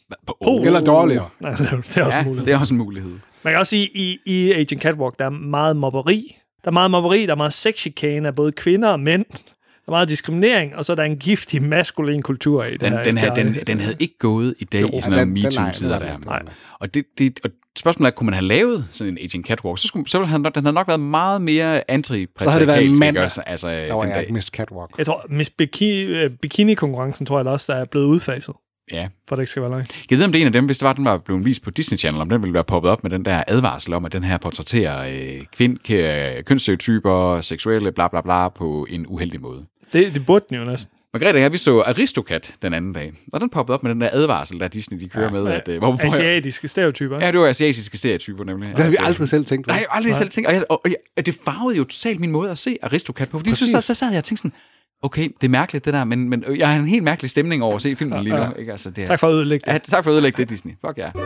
Oh. Eller dårligere. Nej, det er også ja, en mulighed. det er også en mulighed. Man kan også sige, i, i Agent Catwalk, der er meget mobberi. Der er meget mobberi, der er meget sexchikane af både kvinder og mænd. Der er meget diskriminering, og så er der en giftig maskulin kultur i det den, her. Den, her, den, den havde ikke gået i dag jo, i sådan nogle MeToo-tider der. Nej. Og, det, det, og spørgsmålet er, kunne man have lavet sådan en Agent Catwalk, så, skulle, så ville han, den have nok været meget mere anti-patriarkalsk. Så havde det været en mand, altså, der var jeg Miss Catwalk. Jeg tror, Miss Bikini, Bikini-konkurrencen tror jeg da også, der er blevet udfaset. Ja. For det ikke skal være løgn. Jeg ved, om det er en af dem, hvis det var, den var blevet vist på Disney Channel, om den ville være poppet op med den der advarsel om, at den her portrætterer øh, kvind, kønsstereotyper, seksuelle, bla bla bla, på en uheldig måde. Det, det burde den jo næsten. Margrethe og jeg, vi så Aristocat den anden dag, og den poppede op med den der advarsel, der Disney de kører ja, med. At, uh, hvor, asiatiske stereotyper. Ja, det var asiatiske stereotyper nemlig. Det havde vi aldrig selv tænkt. Nej, aldrig Nej. selv tænkt. Og, jeg, og, og det farvede jo totalt min måde at se Aristocat på, fordi så, så, så sad jeg og tænkte sådan, okay, det er mærkeligt det der, men, men jeg har en helt mærkelig stemning over at se filmen lige nu. Ja. Ikke? Altså, det er, tak for at ødelægge det. Ja, tak for at ødelægge det, Disney. Fuck ja.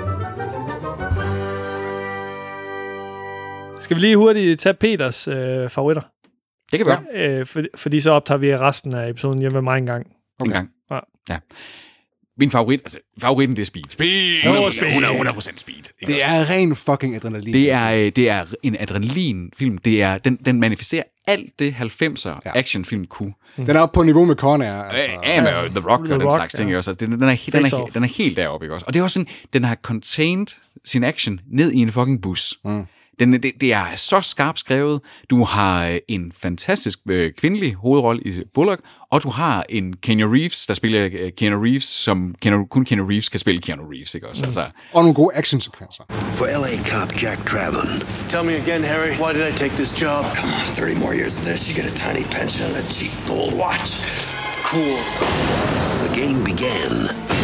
Skal vi lige hurtigt tage Peters øh, favoritter? Det kan vi ja. øh, for, fordi så optager vi resten af episoden hjemme med mig en gang. Okay. En gang. Ja. ja. Min favorit, altså favoritten, det er Speed. Speed! hundrede procent Speed. Ikke? Det er ren fucking adrenalin. Det er, det er en adrenalinfilm. Det er, den, den manifesterer alt det halvfemser ja. actionfilm kunne. Mm. Den er oppe på niveau med Con Air. Altså. Ja, med The Rock The og den Rock, slags ja. ting. Også. Altså, den, den, er, den, er, den er helt deroppe, ikke også? Og det er også sådan, den har contained sin action ned i en fucking bus. Mm. Den, det, det er så skarpt skrevet. Du har en fantastisk øh, kvindelig hovedrolle i Bullock, og du har en Keanu Reeves, der spiller øh, Keanu Reeves, som Keanu, kun Keanu Reeves kan spille Keanu Reeves, ikke også? Mm. Altså. Og nogle gode actionsekvenser. For L A cop Jack Travon. Tell me again, Harry, why did I take this job? Oh, come on, thirty more years of this, you get a tiny pension and a cheap gold watch. Cool. The game began.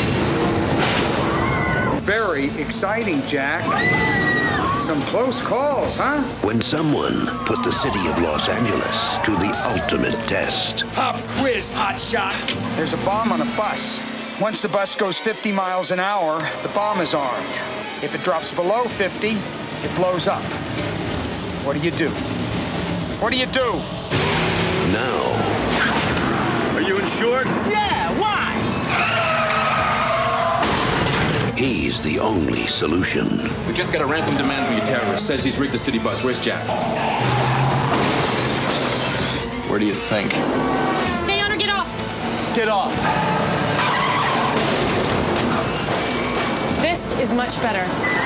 Very exciting, Jack. Some close calls, huh? When someone put the city of Los Angeles to the ultimate test. Pop quiz, hotshot. There's a bomb on a bus. Once the bus goes fifty miles an hour, the bomb is armed. If it drops below fifty, it blows up. What do you do? What do you do? Now. Are you insured? Yeah, why? He's the only solution. We just got a ransom demand from your terrorist. Says he's rigged the city bus. Where's Jack? Where do you think? Stay on or get off. Get off. This is much better.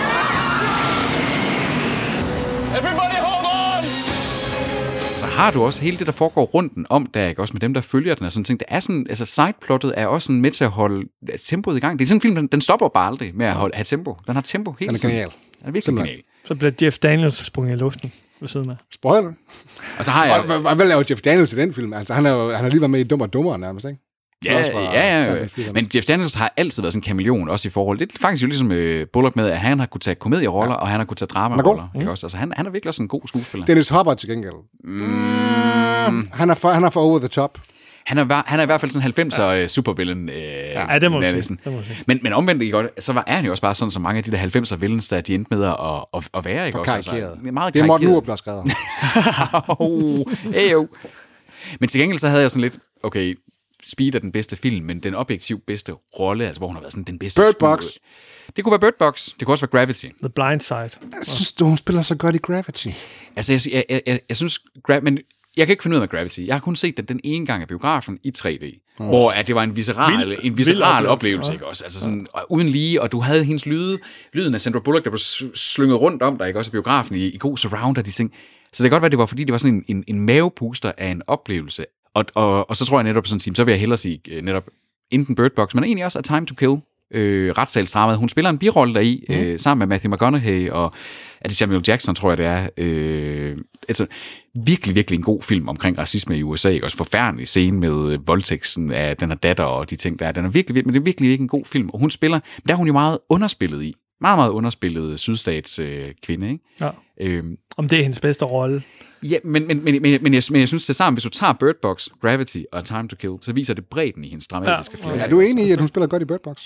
Everybody hold on! Så har du også hele det, der foregår rundt om der, ikke? Også med dem, der følger den og sådan ting. Det er sådan, altså sideplottet er også sådan med til at holde tempoet i gang. Det er sådan en film, den, den stopper bare aldrig med at holde, have tempo. Den har tempo hele tiden. Den er genial. Den er virkelig genial. Så bliver Jeff Daniels sprunget i luften ved siden af. Spoiler. Og så har jeg... Og, hvad laver Jeff Daniels i den film? Altså, han, er jo, han har lige været med i Dummer og Dummere nærmest, ikke? Ja, ja, ja. Men Jeff Daniels har altid været sådan en kameleon, også i forhold. Det er faktisk jo ligesom uh, Bullock med, at han har kunne tage komedieroller, ja. og han har kunne tage drama-roller. Mm. Ikke også? Altså, han, han er virkelig også en god skuespiller. Dennis Hopper til gengæld. Mm. Han, er for, han er for over the top. Han er, han er i hvert fald sådan en halvfemser ja. supervillain. Øh, ja, det må man sige. Men, men omvendt ikke godt, så var, er han jo også bare sådan, så mange af de der halvfemser villains, der de endte med at, at, at være. Ikke? Og også? karikeret. Altså, meget det er Morten Urup, der har skrevet. oh, hey, jo. Men til gengæld så havde jeg sådan lidt, okay, Speed er den bedste film, men den objektivt bedste rolle, altså hvor hun har været sådan den bedste... Bird Box. Det kunne være Bird Box. Det kunne også være Gravity. The Blind Side. Jeg synes, du, hun spiller så godt i Gravity. Altså, jeg, jeg, jeg, jeg, jeg synes... Gra- men jeg kan ikke finde ud af Gravity. Jeg har kun set den den ene gang af biografen i tre D, mm. hvor at det var en visceral, vild, en visceral oplevelse, ja. Ikke også? Altså sådan, ja. Uden lige, og du havde hendes lyde, lyden af Sandra Bullock, der blev slynget rundt om dig, ikke også i biografen, i, i god surround og de ting. Så det kan godt være, det var, fordi det var sådan en, en, en mavepuster af en oplevelse. Og, og, og så tror jeg netop sådan en team, så vil jeg hellere sige netop enten Bird Box, men egentlig også A Time to Kill, øh, retssalsdramaet. Hun spiller en birolle deri, mm. øh, sammen med Matthew McConaughey, og er det Samuel Jackson, tror jeg det er. Øh, altså, virkelig, virkelig en god film omkring racisme i U S A, også forfærdelig scene med voldtægten af den her datter og de ting der. Den er virkelig, men det er virkelig ikke en god film, og hun spiller, der er hun jo meget underspillet i. Meget, meget underspillet sydstats øh, kvinde, ikke? Ja. Øhm, Om det er hendes bedste rolle. Ja, men, men, men, men, men, jeg, men jeg synes til sammen, hvis du tager Bird Box, Gravity og Time to Kill, så viser det bredden i hendes dramatiske ja. film. Ja, du er enig i, at hun spiller godt i Bird Box?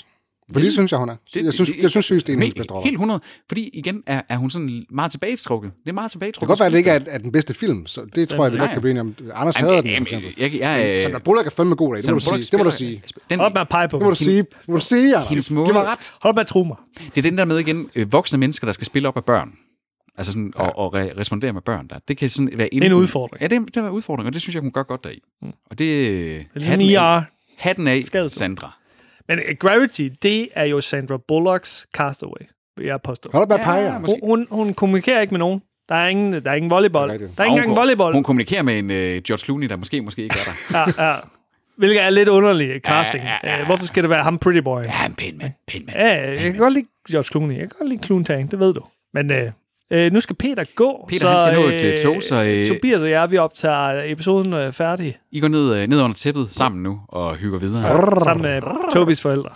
For det synes jeg, hun er. Jeg synes, jeg synes seriøst, det er en af hendes bedste roller. Helt hundrede. Fordi igen er, er hun sådan meget tilbagetrukket. Det er meget tilbagetrukket. Det kan godt være, at det ikke er, er den bedste film, så det Stand, tror jeg, vi godt kan blive enige om. Anders hader den, for eksempel. Jeg, jeg, jeg, Sandra Bullock er fandme god af, det må du sige. Det må du sige. Hold med at pege på. Det må du sige. Det må du sige, Anders. Giv mig ret. Hold med at tro mig. Det er den der med igen, voksne mennesker, der skal spille op af børn. Altså sådan, ja. og, og re- respondere med børn der. Det kan sådan være en udfordring. Ja, det er, det er en udfordring, og det synes jeg, hun gør godt deri. Mm. Og det... det er hatten af, af Sandra. Men uh, Gravity, det er jo Sandra Bullocks Castaway, vil jeg påstå. Hold da bare pege, ja, hun, hun, hun kommunikerer ikke med nogen. Der er ingen, der er ingen volleyball. Der er ikke engang volleyball. Hun kommunikerer med en uh, George Clooney, der måske, måske ikke er der. ja, ja. Hvilket er lidt underlig casting. Ja, ja, ja. Hvorfor skal det være ham, Pretty Boy? Ja, en pæn mand. Pæn mand. Ja, jeg kan godt lide George Clooney. Jeg kan godt lide Clooney, det ved du. Men... Uh, Øh, nu skal Peter gå, Peter, så, han skal nå et øh, tog, så... Øh, Tobias og jeg, vi optager episoden øh, færdig. I går ned, øh, ned under tæppet sammen nu og hygger videre. Ja, sammen med Tobis forældre.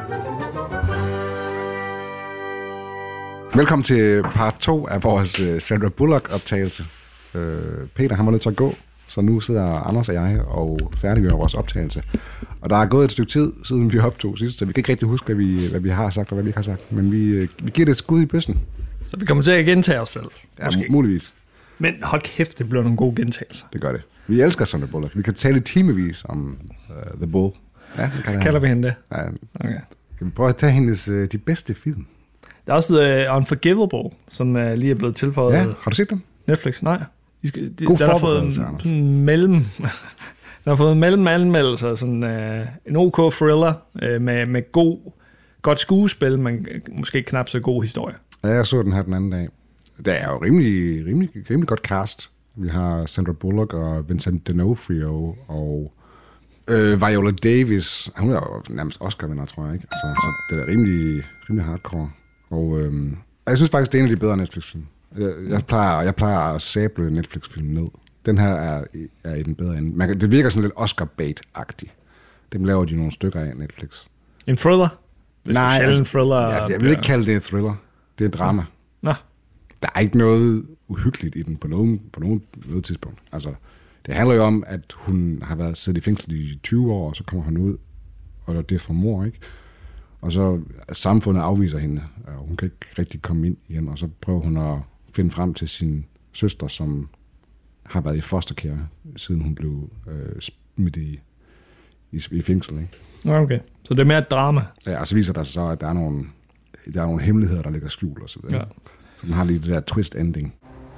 Velkommen til part to af vores uh, Sandra Bullock-optagelse. Uh, Peter, han var nødt til at gå, så nu sidder Anders og jeg og færdiggør vores optagelse. Og der er gået et stykke tid, siden vi optog sidst, så vi kan ikke rigtig huske, hvad vi, hvad vi har sagt og hvad vi ikke har sagt. Men vi, uh, vi giver det et skud i bøssen. Så vi kommer til at gentage os selv. Ja, måske. muligvis. Men hold kæft, det bliver nogle gode gentagelser. Det gør det. Vi elsker Sandra Bullock. Vi kan tale timevis om uh, The Bull. Ja, det kan Kalder vi hende det? Ja, okay. Kan vi prøve at tage hendes uh, de bedste film? Der er også uh, Unforgivable, som uh, lige er blevet tilføjet. Ja, har du set dem? Netflix, nej. De skal, de, God der har fået en, en mellem... der har fået en mellem anmeldelser, sådan uh, en OK thriller uh, med, med god, godt skuespil, men måske knap så god historie. Ja, jeg så den her den anden dag. Det er jo rimelig, rimelig, rimelig godt cast. Vi har Sandra Bullock og Vincent D'Onofrio og øh, Viola Davis. Hun er jo nærmest Oscar-vinder, tror jeg, ikke? Altså, så det er rimelig, rimelig hardcore. Og øh, jeg synes faktisk, det er en af de bedre Netflix-film. Jeg, jeg, plejer, jeg plejer at sable Netflix-film ned. Den her er, er i den bedre ende. Man kan, det virker sådan lidt Oscar-bait-agtigt. Dem laver de nogle stykker af Netflix. En thriller? Hvis Nej, altså, thriller, ja, jeg vil ikke kalde det en thriller. Det er drama. Nå. Der er ikke noget uhyggeligt i den på nogen, på nogen, noget tidspunkt. Altså, det handler jo om, at hun har været siddet i fængsel i tyve år, og så kommer hun ud, og det er for mor, ikke? Og så samfundet afviser hende, og hun kan ikke rigtig komme ind igen, og så prøver hun at finde frem til sin søster, som har været i fosterkære, siden hun blev øh, smidt i, i, i fængsel, ikke? Okay, så det er mere et drama. Ja, og så viser der sig så, at der er nogle, der er nogle hemmeligheder, der ligger skjult og så videre. Ja. Så den har lige det der twist ending.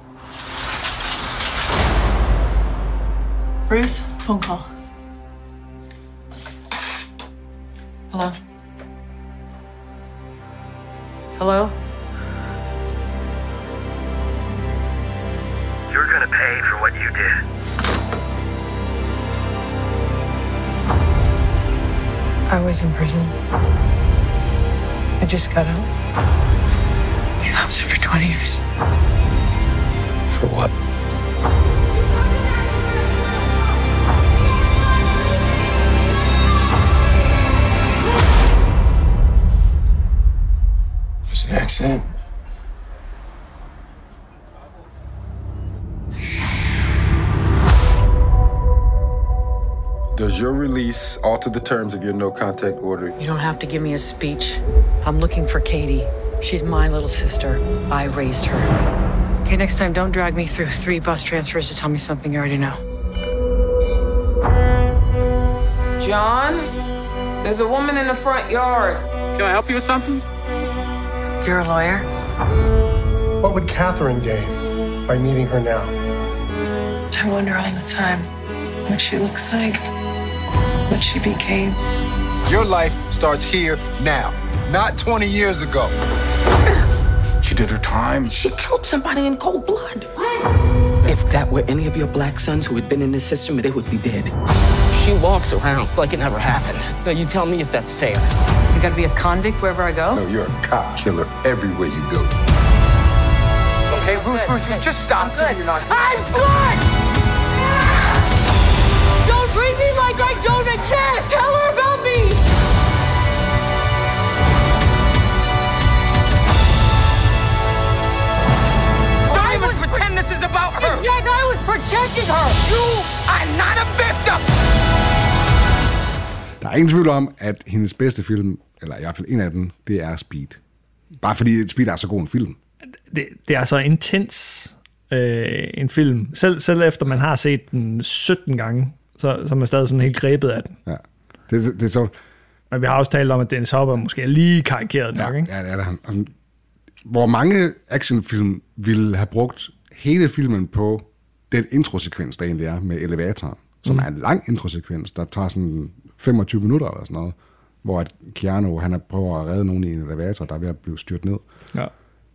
Ruth, phone call. Hello? Hello? You're gonna pay for what you did. I was in prison. I just got out. I was there for twenty years. For what? It was an accident. Does your release alter the terms of your no-contact order? You don't have to give me a speech. I'm looking for Katie. She's my little sister. I raised her. Okay, next time, don't drag me through three bus transfers to tell me something you already know. John, there's a woman in the front yard. Can I help you with something? You're a lawyer? What would Catherine gain by meeting her now? I wonder all the time what she looks like, what she became. Your life starts here now, not twenty years ago. She did her time. She killed somebody in cold blood. If that were any of your black sons who had been in this system, they would be dead. She walks around like it never happened. Now you tell me if that's fair. You gotta be a convict wherever I go? No, you're a cop killer everywhere you go. Okay, Ruth, Ruth, Ruth, just stop. I'm You're not. I'm good! Don't treat me like I don't exist! Tell her about me! Don't even pretend this is about her! You said I was protecting her! You are not a victim! Der er ingen tvivl om, at hendes bedste film, eller i hvert fald en af dem, det er Speed. Bare fordi Speed er så god en film. Det, det er så intens øh, en film. Selv, selv efter man har set den sytten gange, så, så er man stadig sådan helt grebet af den. Ja, det, det er så... Men vi har også talt om, at Dennis Hopper måske er lige karikeret nok, ja, ikke? Ja, det er det. Han, hvor mange actionfilm ville have brugt hele filmen på den introsekvens, der egentlig er med elevatoren, som mm. er en lang introsekvens, der tager sådan femogtyve minutter eller sådan noget, hvor at Keanu, han prøver at redde nogen i en elevator, der er ved at blive styrt ned. Ja.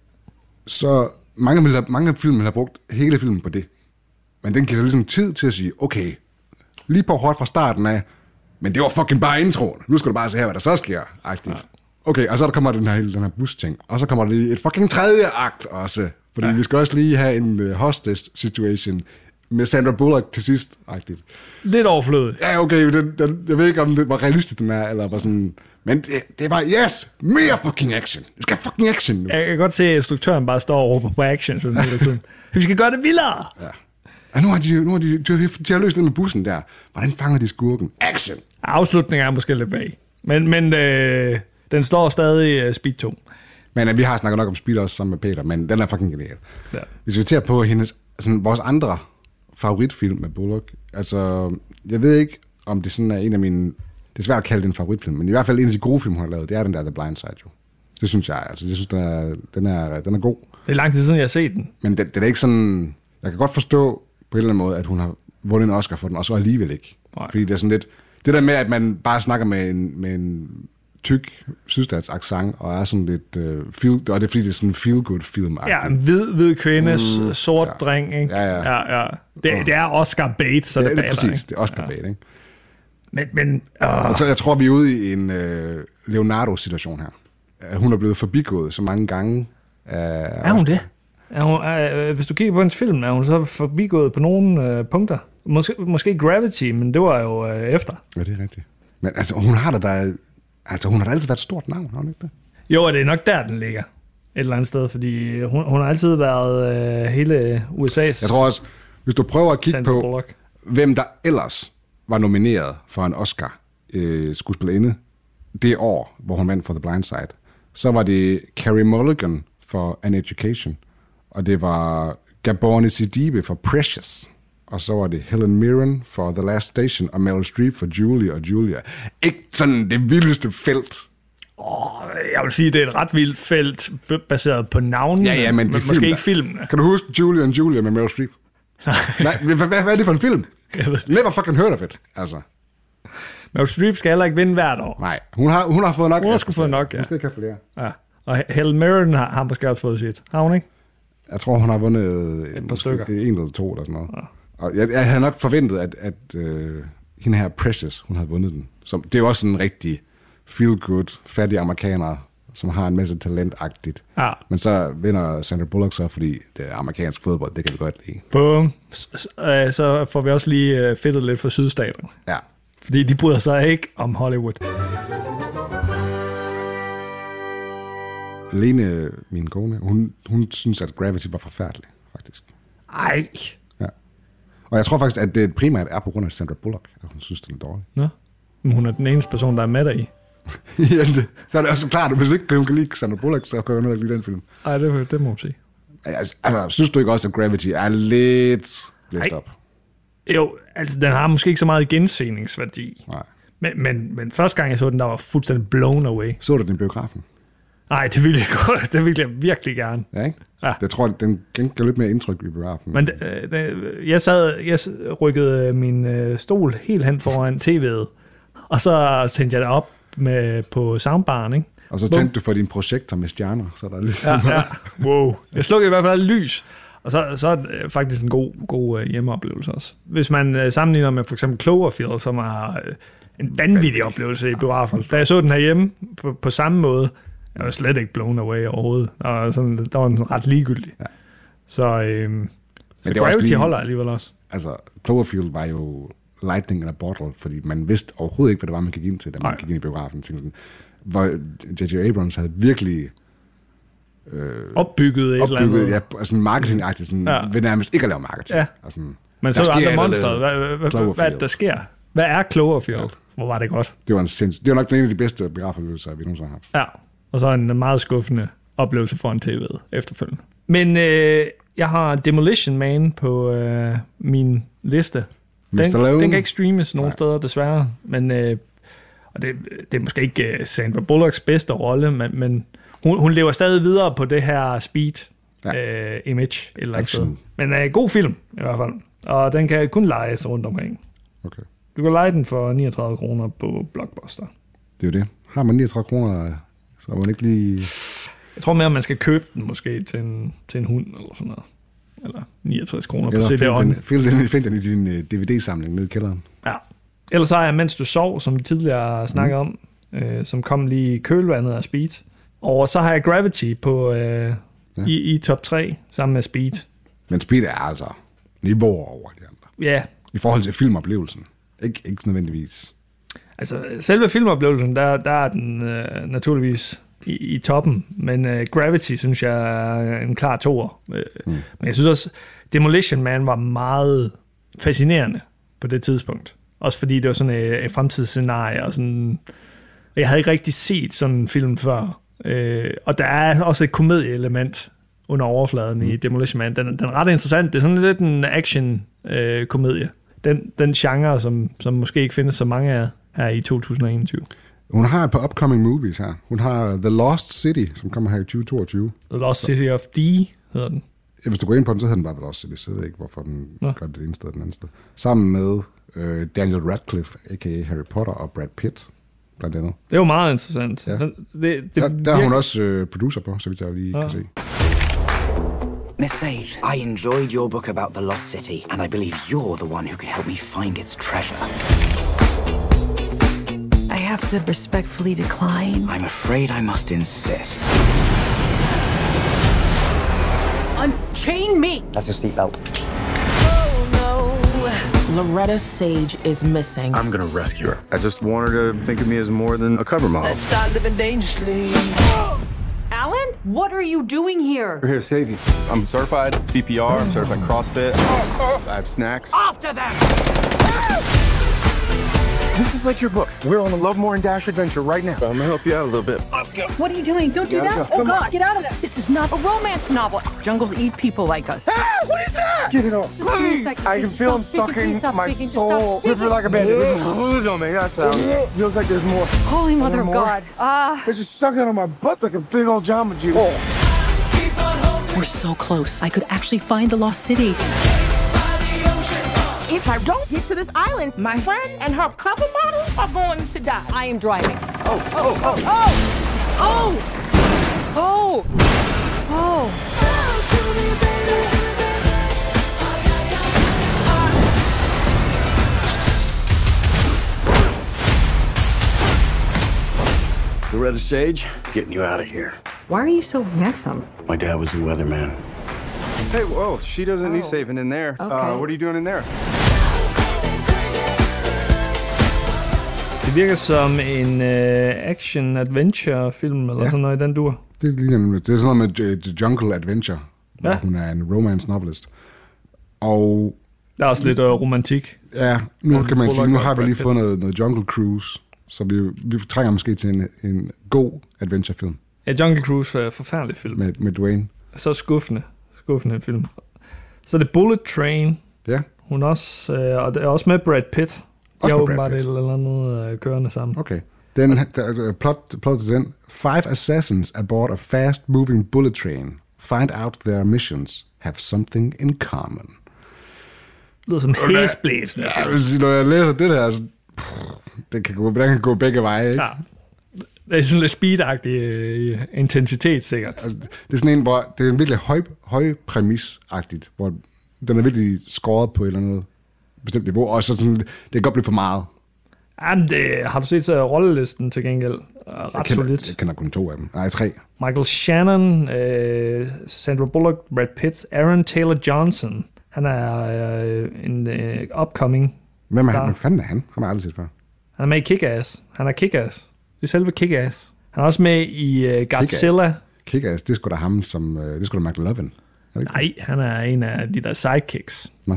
Så mange, ville have, mange film ville have brugt hele filmen på det. Men den giver så ligesom tid til at sige, okay, lige på hårdt fra starten af, men det var fucking bare introen. Nu skal du bare se her, hvad der så sker, agtigt. Ja. Okay, og så der kommer den her, den her bus-ting. Og så kommer der lige et fucking tredje akt også. Fordi ja. vi skal også lige have en uh, hostage-situation med Sandra Bullock til sidst, agtigt. Lidt overflødet. Ja, okay, den, den, jeg ved ikke, om det var realistisk, den er, eller bare sådan... Men det, det var, yes, mere fucking action. Vi skal have fucking action nu. Jeg kan godt se, at instruktøren bare står og råber på action sådan hele tiden. Vi skal gøre det vildere. Ja. Ja, nu har de, nu har de, de, har, de har løst det med bussen der. Hvordan fanger de skurken? Action! Afslutningen er måske lidt bag. Men, men øh, den står stadig uh, Speed to. Men uh, vi har snakket nok om Speed også sammen med Peter, men den er fucking genial. Ja. Hvis vi tager på hendes, sådan, vores andre favoritfilm med Bullock, altså, jeg ved ikke, om det sådan er en af mine, det er svært at kalde det en favoritfilm, men i hvert fald en af de gode film, hun har lavet, det er den der The Blind Side, jo. Det synes jeg, altså, jeg synes, den er, den er, den er god. Det er lang tid siden, jeg har set den. Men det, det er ikke sådan, jeg kan godt forstå på en eller anden måde, at hun har vundet en Oscar for den, og så alligevel ikke. Nej. Fordi det er sådan lidt, det der med, at man bare snakker med en, med en tyk sydstats accent, og er sådan lidt, uh, feel, og det er fordi, det er sådan en feel-good film. Ja, en hvid, hvid kvindes mm, sort ja. dreng, ikke? Ja, ja. ja, ja. Det, det er Oscar bait, så ja, det er bader, præcis, ikke? det er Oscar ja. bait, ikke? Men, men uh... så jeg tror, vi er ude i en uh, Leonardo-situation her. Hun er blevet forbigået så mange gange. Uh, er hun det? Er hun, er, hvis du kigger på hendes film, er hun så forbigået på nogle øh, punkter? Måske, måske Gravity, men det var jo øh, efter. Ja, det er rigtigt. Men altså, hun har da der, altså, hun har da altid været et stort navn, har hun ikke det? Jo, og det er nok der, den ligger. Et eller andet sted, fordi hun, hun har altid været øh, hele U S A's... Jeg tror også, hvis du prøver at kigge Sandra på, Bullock. Hvem der ellers var nomineret for en Oscar øh, skuespillerinde det år, hvor hun vandt for The Blind Side, så var det Carey Mulligan for An Education, og det var Gabon Sidibe for Precious, og så var det Helen Mirren for The Last Station, og Meryl Streep for Julie og Julia. Ikke sådan det vildeste felt. Oh, jeg vil sige, det er et ret vildt felt, baseret på navnene, ja, ja, men, men måske film, ikke filmene. Kan du huske Julie og Julia med Meryl Streep? Nej, hvad, hvad, hvad er det for en film? Never fucking heard of it, altså. Meryl Streep skal heller ikke vinde hvert år. Nej, hun har, hun har fået nok. Hun har sgu fået nok, ja. Hun skal ikke have flere. Ja. Og Helen Mirren har, har måske også fået sit. Har hun ikke? Jeg tror, hun har vundet et par stykker. En eller to eller sådan noget. Ja. Og jeg, jeg havde nok forventet, at, at øh, hende her Precious, hun havde vundet den. Så det er jo også sådan en rigtig feel-good, fattig amerikaner, som har en masse talentagtigt. Ja. Men så vinder Sandra Bullock så, fordi det er amerikansk fodbold, det kan vi godt lide. Bum. Så får vi også lige fedtet lidt for sydstaterne. Ja. Fordi de bryder sig ikke om Hollywood. Lene, min kone, hun, hun synes, at Gravity var forfærdelig, faktisk. Ej. Ja. Og jeg tror faktisk, at det primært er på grund af Sandra Bullock, at hun synes, den er dårlig. Nå. Men hun er den eneste person, der er med der i. Ja, det, så er det også klart, at hvis du ikke kan lide Sandra Bullock, så kan hun ikke lide den film. Ej, det, det må man sige. Altså, altså, synes du ikke også, at Gravity er lidt blæst op? Jo, altså den har måske ikke så meget genseningsværdi. Nej. Men, men, men første gang jeg så den, der var fuldstændig blown away. Så du den i biografen? Nej, det ville jeg godt. Det ville jeg virkelig gerne. Ja, ikke? Ja. Jeg tror, den gav lidt mere indtryk i biografen. Men det, det, jeg sad, jeg rykkede min stol helt hen foran tv'et, og så tændte jeg det op med, på soundbaren, ikke? Og så tændte Boom. Du for din projektor med stjerner, så der er lidt... Ja, ja. Wow. Jeg slukkede i hvert fald lys. Og så, så er det faktisk en god, god hjemmeoplevelse også. Hvis man sammenligner med for eksempel Cloverfield, som er en vanvittig oplevelse i biografen. Da jeg så den her hjemme på, på samme måde, jeg var slet ikke blown away overhovedet. Der var, sådan, der var den ret ligegyldig. Ja. Så, øhm, så Gravity lige, holder alligevel også. Altså, Cloverfield var jo lightning in a bottle, fordi man vidste overhovedet ikke, hvad det var, man gik ind til, da man Nej. gik ind i biografen. Hvor J J Abrams havde virkelig... Øh, opbygget et opbygget, eller andet. Ja, altså marketingagtigt, sådan, ja. Ved nærmest ikke at lave marketing. Ja. Altså, men så er der andre monster. Hvad, hvad, hvad, hvad der sker? Hvad er Cloverfield? hvor var det godt. Det var, en sinds- det var nok en af de bedste biografoplevelser, vi nogensinde har haft. Ja, og så en meget skuffende oplevelse foran T V'et efterfølgende. Men øh, jeg har Demolition Man på øh, min liste. Den, den kan ikke streames nogen Nej. steder, desværre. Men, øh, og det, det er måske ikke uh, Sandra Bullocks bedste rolle, men, men hun, hun lever stadig videre på det her speed ja. øh, image. Eller andet. Men øh, god film i hvert fald. Og den kan kun lejes rundt omkring. Okay. Du kan leje den for niogtredive kroner på Blockbuster. Det er jo det. Har man niogtredive kroner, så må man ikke lige... Jeg tror mere, at man skal købe den måske til en, til en hund eller sådan noget. Eller niogtres kroner på C D-on. Find den i din uh, D V D-samling nede i kælderen. Ja. Ellers har jeg Mens du sov, som vi tidligere snakkede mm. om, øh, som kom lige i kølvandet af Speed. Og så har jeg Gravity på øh, ja. i, i top tre, sammen med Speed. Men Speed er altså niveauer over de andre. Ja. I forhold til filmoplevelsen. Ik- ikke nødvendigvis. Altså, selve filmoplevelsen, der, der er den øh, naturligvis i, i toppen. Men øh, Gravity, synes jeg, er en klar toer. Øh, mm. Men jeg synes også, Demolition Man var meget fascinerende på det tidspunkt. Også fordi det var sådan et, et fremtidsscenarie, og sådan... Jeg havde ikke rigtig set sådan en film før. Øh, og der er også et komedieelement under overfladen mm. i Demolition Man. Den, den er ret interessant. Det er sådan lidt en action-komedie. Øh, den, den genre, som, som måske ikke findes så mange af her i to tusind og enogtyve. Hun har et par upcoming movies her. Hun har The Lost City, som kommer her i tyve toogtyve. The Lost City of D hedder den. Ja, hvis du går ind på den, så hedder den bare The Lost City, så ved jeg ikke, hvorfor den ja. gør det ene sted og den anden sted. Sammen med øh, Daniel Radcliffe, a k a. Harry Potter, og Brad Pitt, blandt andet. Det er jo meget interessant. Ja. Det, det, der, der er hun også øh, producer på, så vidt jeg lige ja. kan se. Miss Sage, I enjoyed your book about the Lost City, and I believe you're the one who can help me find its treasure. I have to respectfully decline. I'm afraid I must insist. Unchain me! That's your seatbelt. Oh no! Loretta Sage is missing. I'm gonna rescue her. I just want her to think of me as more than a cover model. Let's start living dangerously. Alan, what are you doing here? We're here to save you. I'm certified C P R, I'm certified CrossFit. I have snacks. After them! This is like your book. We're on a Love More and Dash adventure right now. I'm gonna help you out a little bit. Let's go. What are you doing? Don't do that. Go. Oh, God, get out of there. This is not a romance novel. Jungles eat people like us. Ah, what is that? Get it off. Please. I can feel him sucking my soul. Rip it like a bandit. Don't make that sound. Feels like there's more. Holy Mother of God. Ah. Uh, They're just sucking on my butt like a big old Jamba Juice. Oh. We're so close. I could actually find the lost city. If I don't get to this island, my friend and her cover model are going to die. I am driving. Oh, oh, oh. Oh! Oh! Oh! Oh! Loretta Sage, getting you out of here. Why are you so handsome? My dad was a weatherman. Hey, whoa, she doesn't oh. need saving in there. Okay. Uh, what are you doing in there? Det virker som en uh, action-adventure-film, eller ja. sådan noget i den dur. Det, det er sådan noget med The Jungle Adventure, hvor ja. hun er en romance novelist. Og der er også lidt uh, romantik. Ja, nu kan man sige, nu har vi lige fået noget, noget Jungle Cruise, så vi, vi trænger måske til en, en god adventure-film. Ja, Jungle Cruise er en forfærdelig film. Med, med Dwayne. Så skuffende. Skuffende film. Så er det Bullet Train. Ja. Hun også, øh, og det er også med Brad Pitt. De har åbenbart et eller andet øh, kørende sammen. Okay. Den, der, plot, plot til den. Five assassins aboard a fast-moving bullet train find out their missions have something in common. Det lyder som hæsblæsende. Ja, jeg vil sige, når jeg læser det der, altså, pff, det kan gå, den kan gå begge veje, ikke? Ja. Det er sådan lidt speed-agtig øh, intensitet, sikkert. Altså, det er sådan en, hvor det er en virkelig høj, høj præmis-agtigt, hvor den er virkelig skåret på et eller andet bestemt niveau, og så sådan, det kan godt blive for meget. Jamen, det, har du set så rollelisten til gengæld? Ret jeg kender, solidt. Jeg kender kun to af dem. Nej, tre. Michael Shannon, øh, Sandra Bullock, Brad Pitt, Aaron Taylor Johnson. Han er øh, en øh, upcoming Hvem er star. han? Hvem fanden er han? Han har jeg aldrig set før. Han er med i Kick-Ass. Han er Kick-Ass. Det er selve Kick-Ass. Han er også med i uh, Godzilla. Kick-Ass, det er sgu da ham, som... Uh, det er sgu da McLovin. Nej, han er en af de der sidekicks. Nå.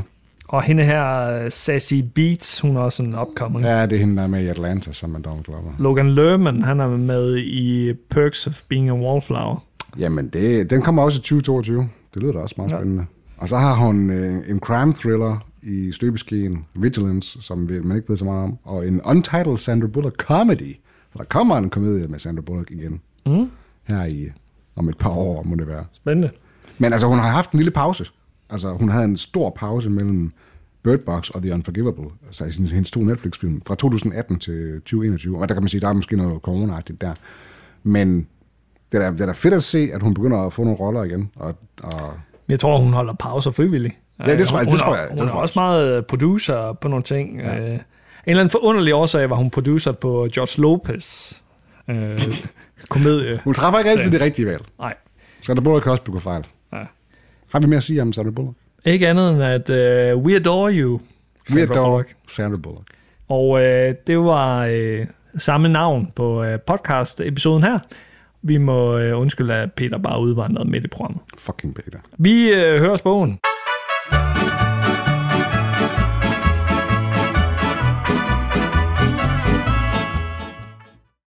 Og hende her, Sassy Beats, hun er også en upcoming. Ja, det er hende, der er med i Atlanta, som er Donald Glover. Logan Lerman, han er med i Perks of Being a Wallflower. Jamen, det, den kommer også i tyve toogtyve. Det lyder da også meget ja. spændende. Og så har hun øh, en crime thriller i støbeskeen, Vigilance, som man ikke ved så meget om, og en untitled Sandra Bullock comedy. Så der kommer en komedie med Sandra Bullock igen. Mm. Her i om et par år, må det være. Spændende. Men altså, hun har haft en lille pause. Altså, hun havde en stor pause mellem Bird Box og The Unforgivable, altså hendes to Netflix-film, fra to tusind atten til tyve enogtyve. Og der kan man sige, der er måske noget corona-agtigt der. Men det er, da, det er da fedt at se, at hun begynder at få nogle roller igen. Og, og jeg tror, hun holder pauser frivilligt. Ja, det tror jeg. Hun, det tror jeg, hun, det hun tror er også meget producer på nogle ting. Ja. En eller anden forunderlig årsag var hun producer på George Lopez øh, komedie. Hun træffer ikke altid det rigtige valg. Nej. Sandra Bullock kan også begå fejl. Ja. Har vi mere at sige om Sandra Bullock? Ikke andet end, at uh, we adore you, Sandra We adore Bullock. Sandra Bullock. Og uh, det var uh, samme navn på uh, podcast-episoden her. Vi må uh, undskylde, at Peter bare udvandrede midt i programmet. Fucking Peter. Vi uh, høres på ugen.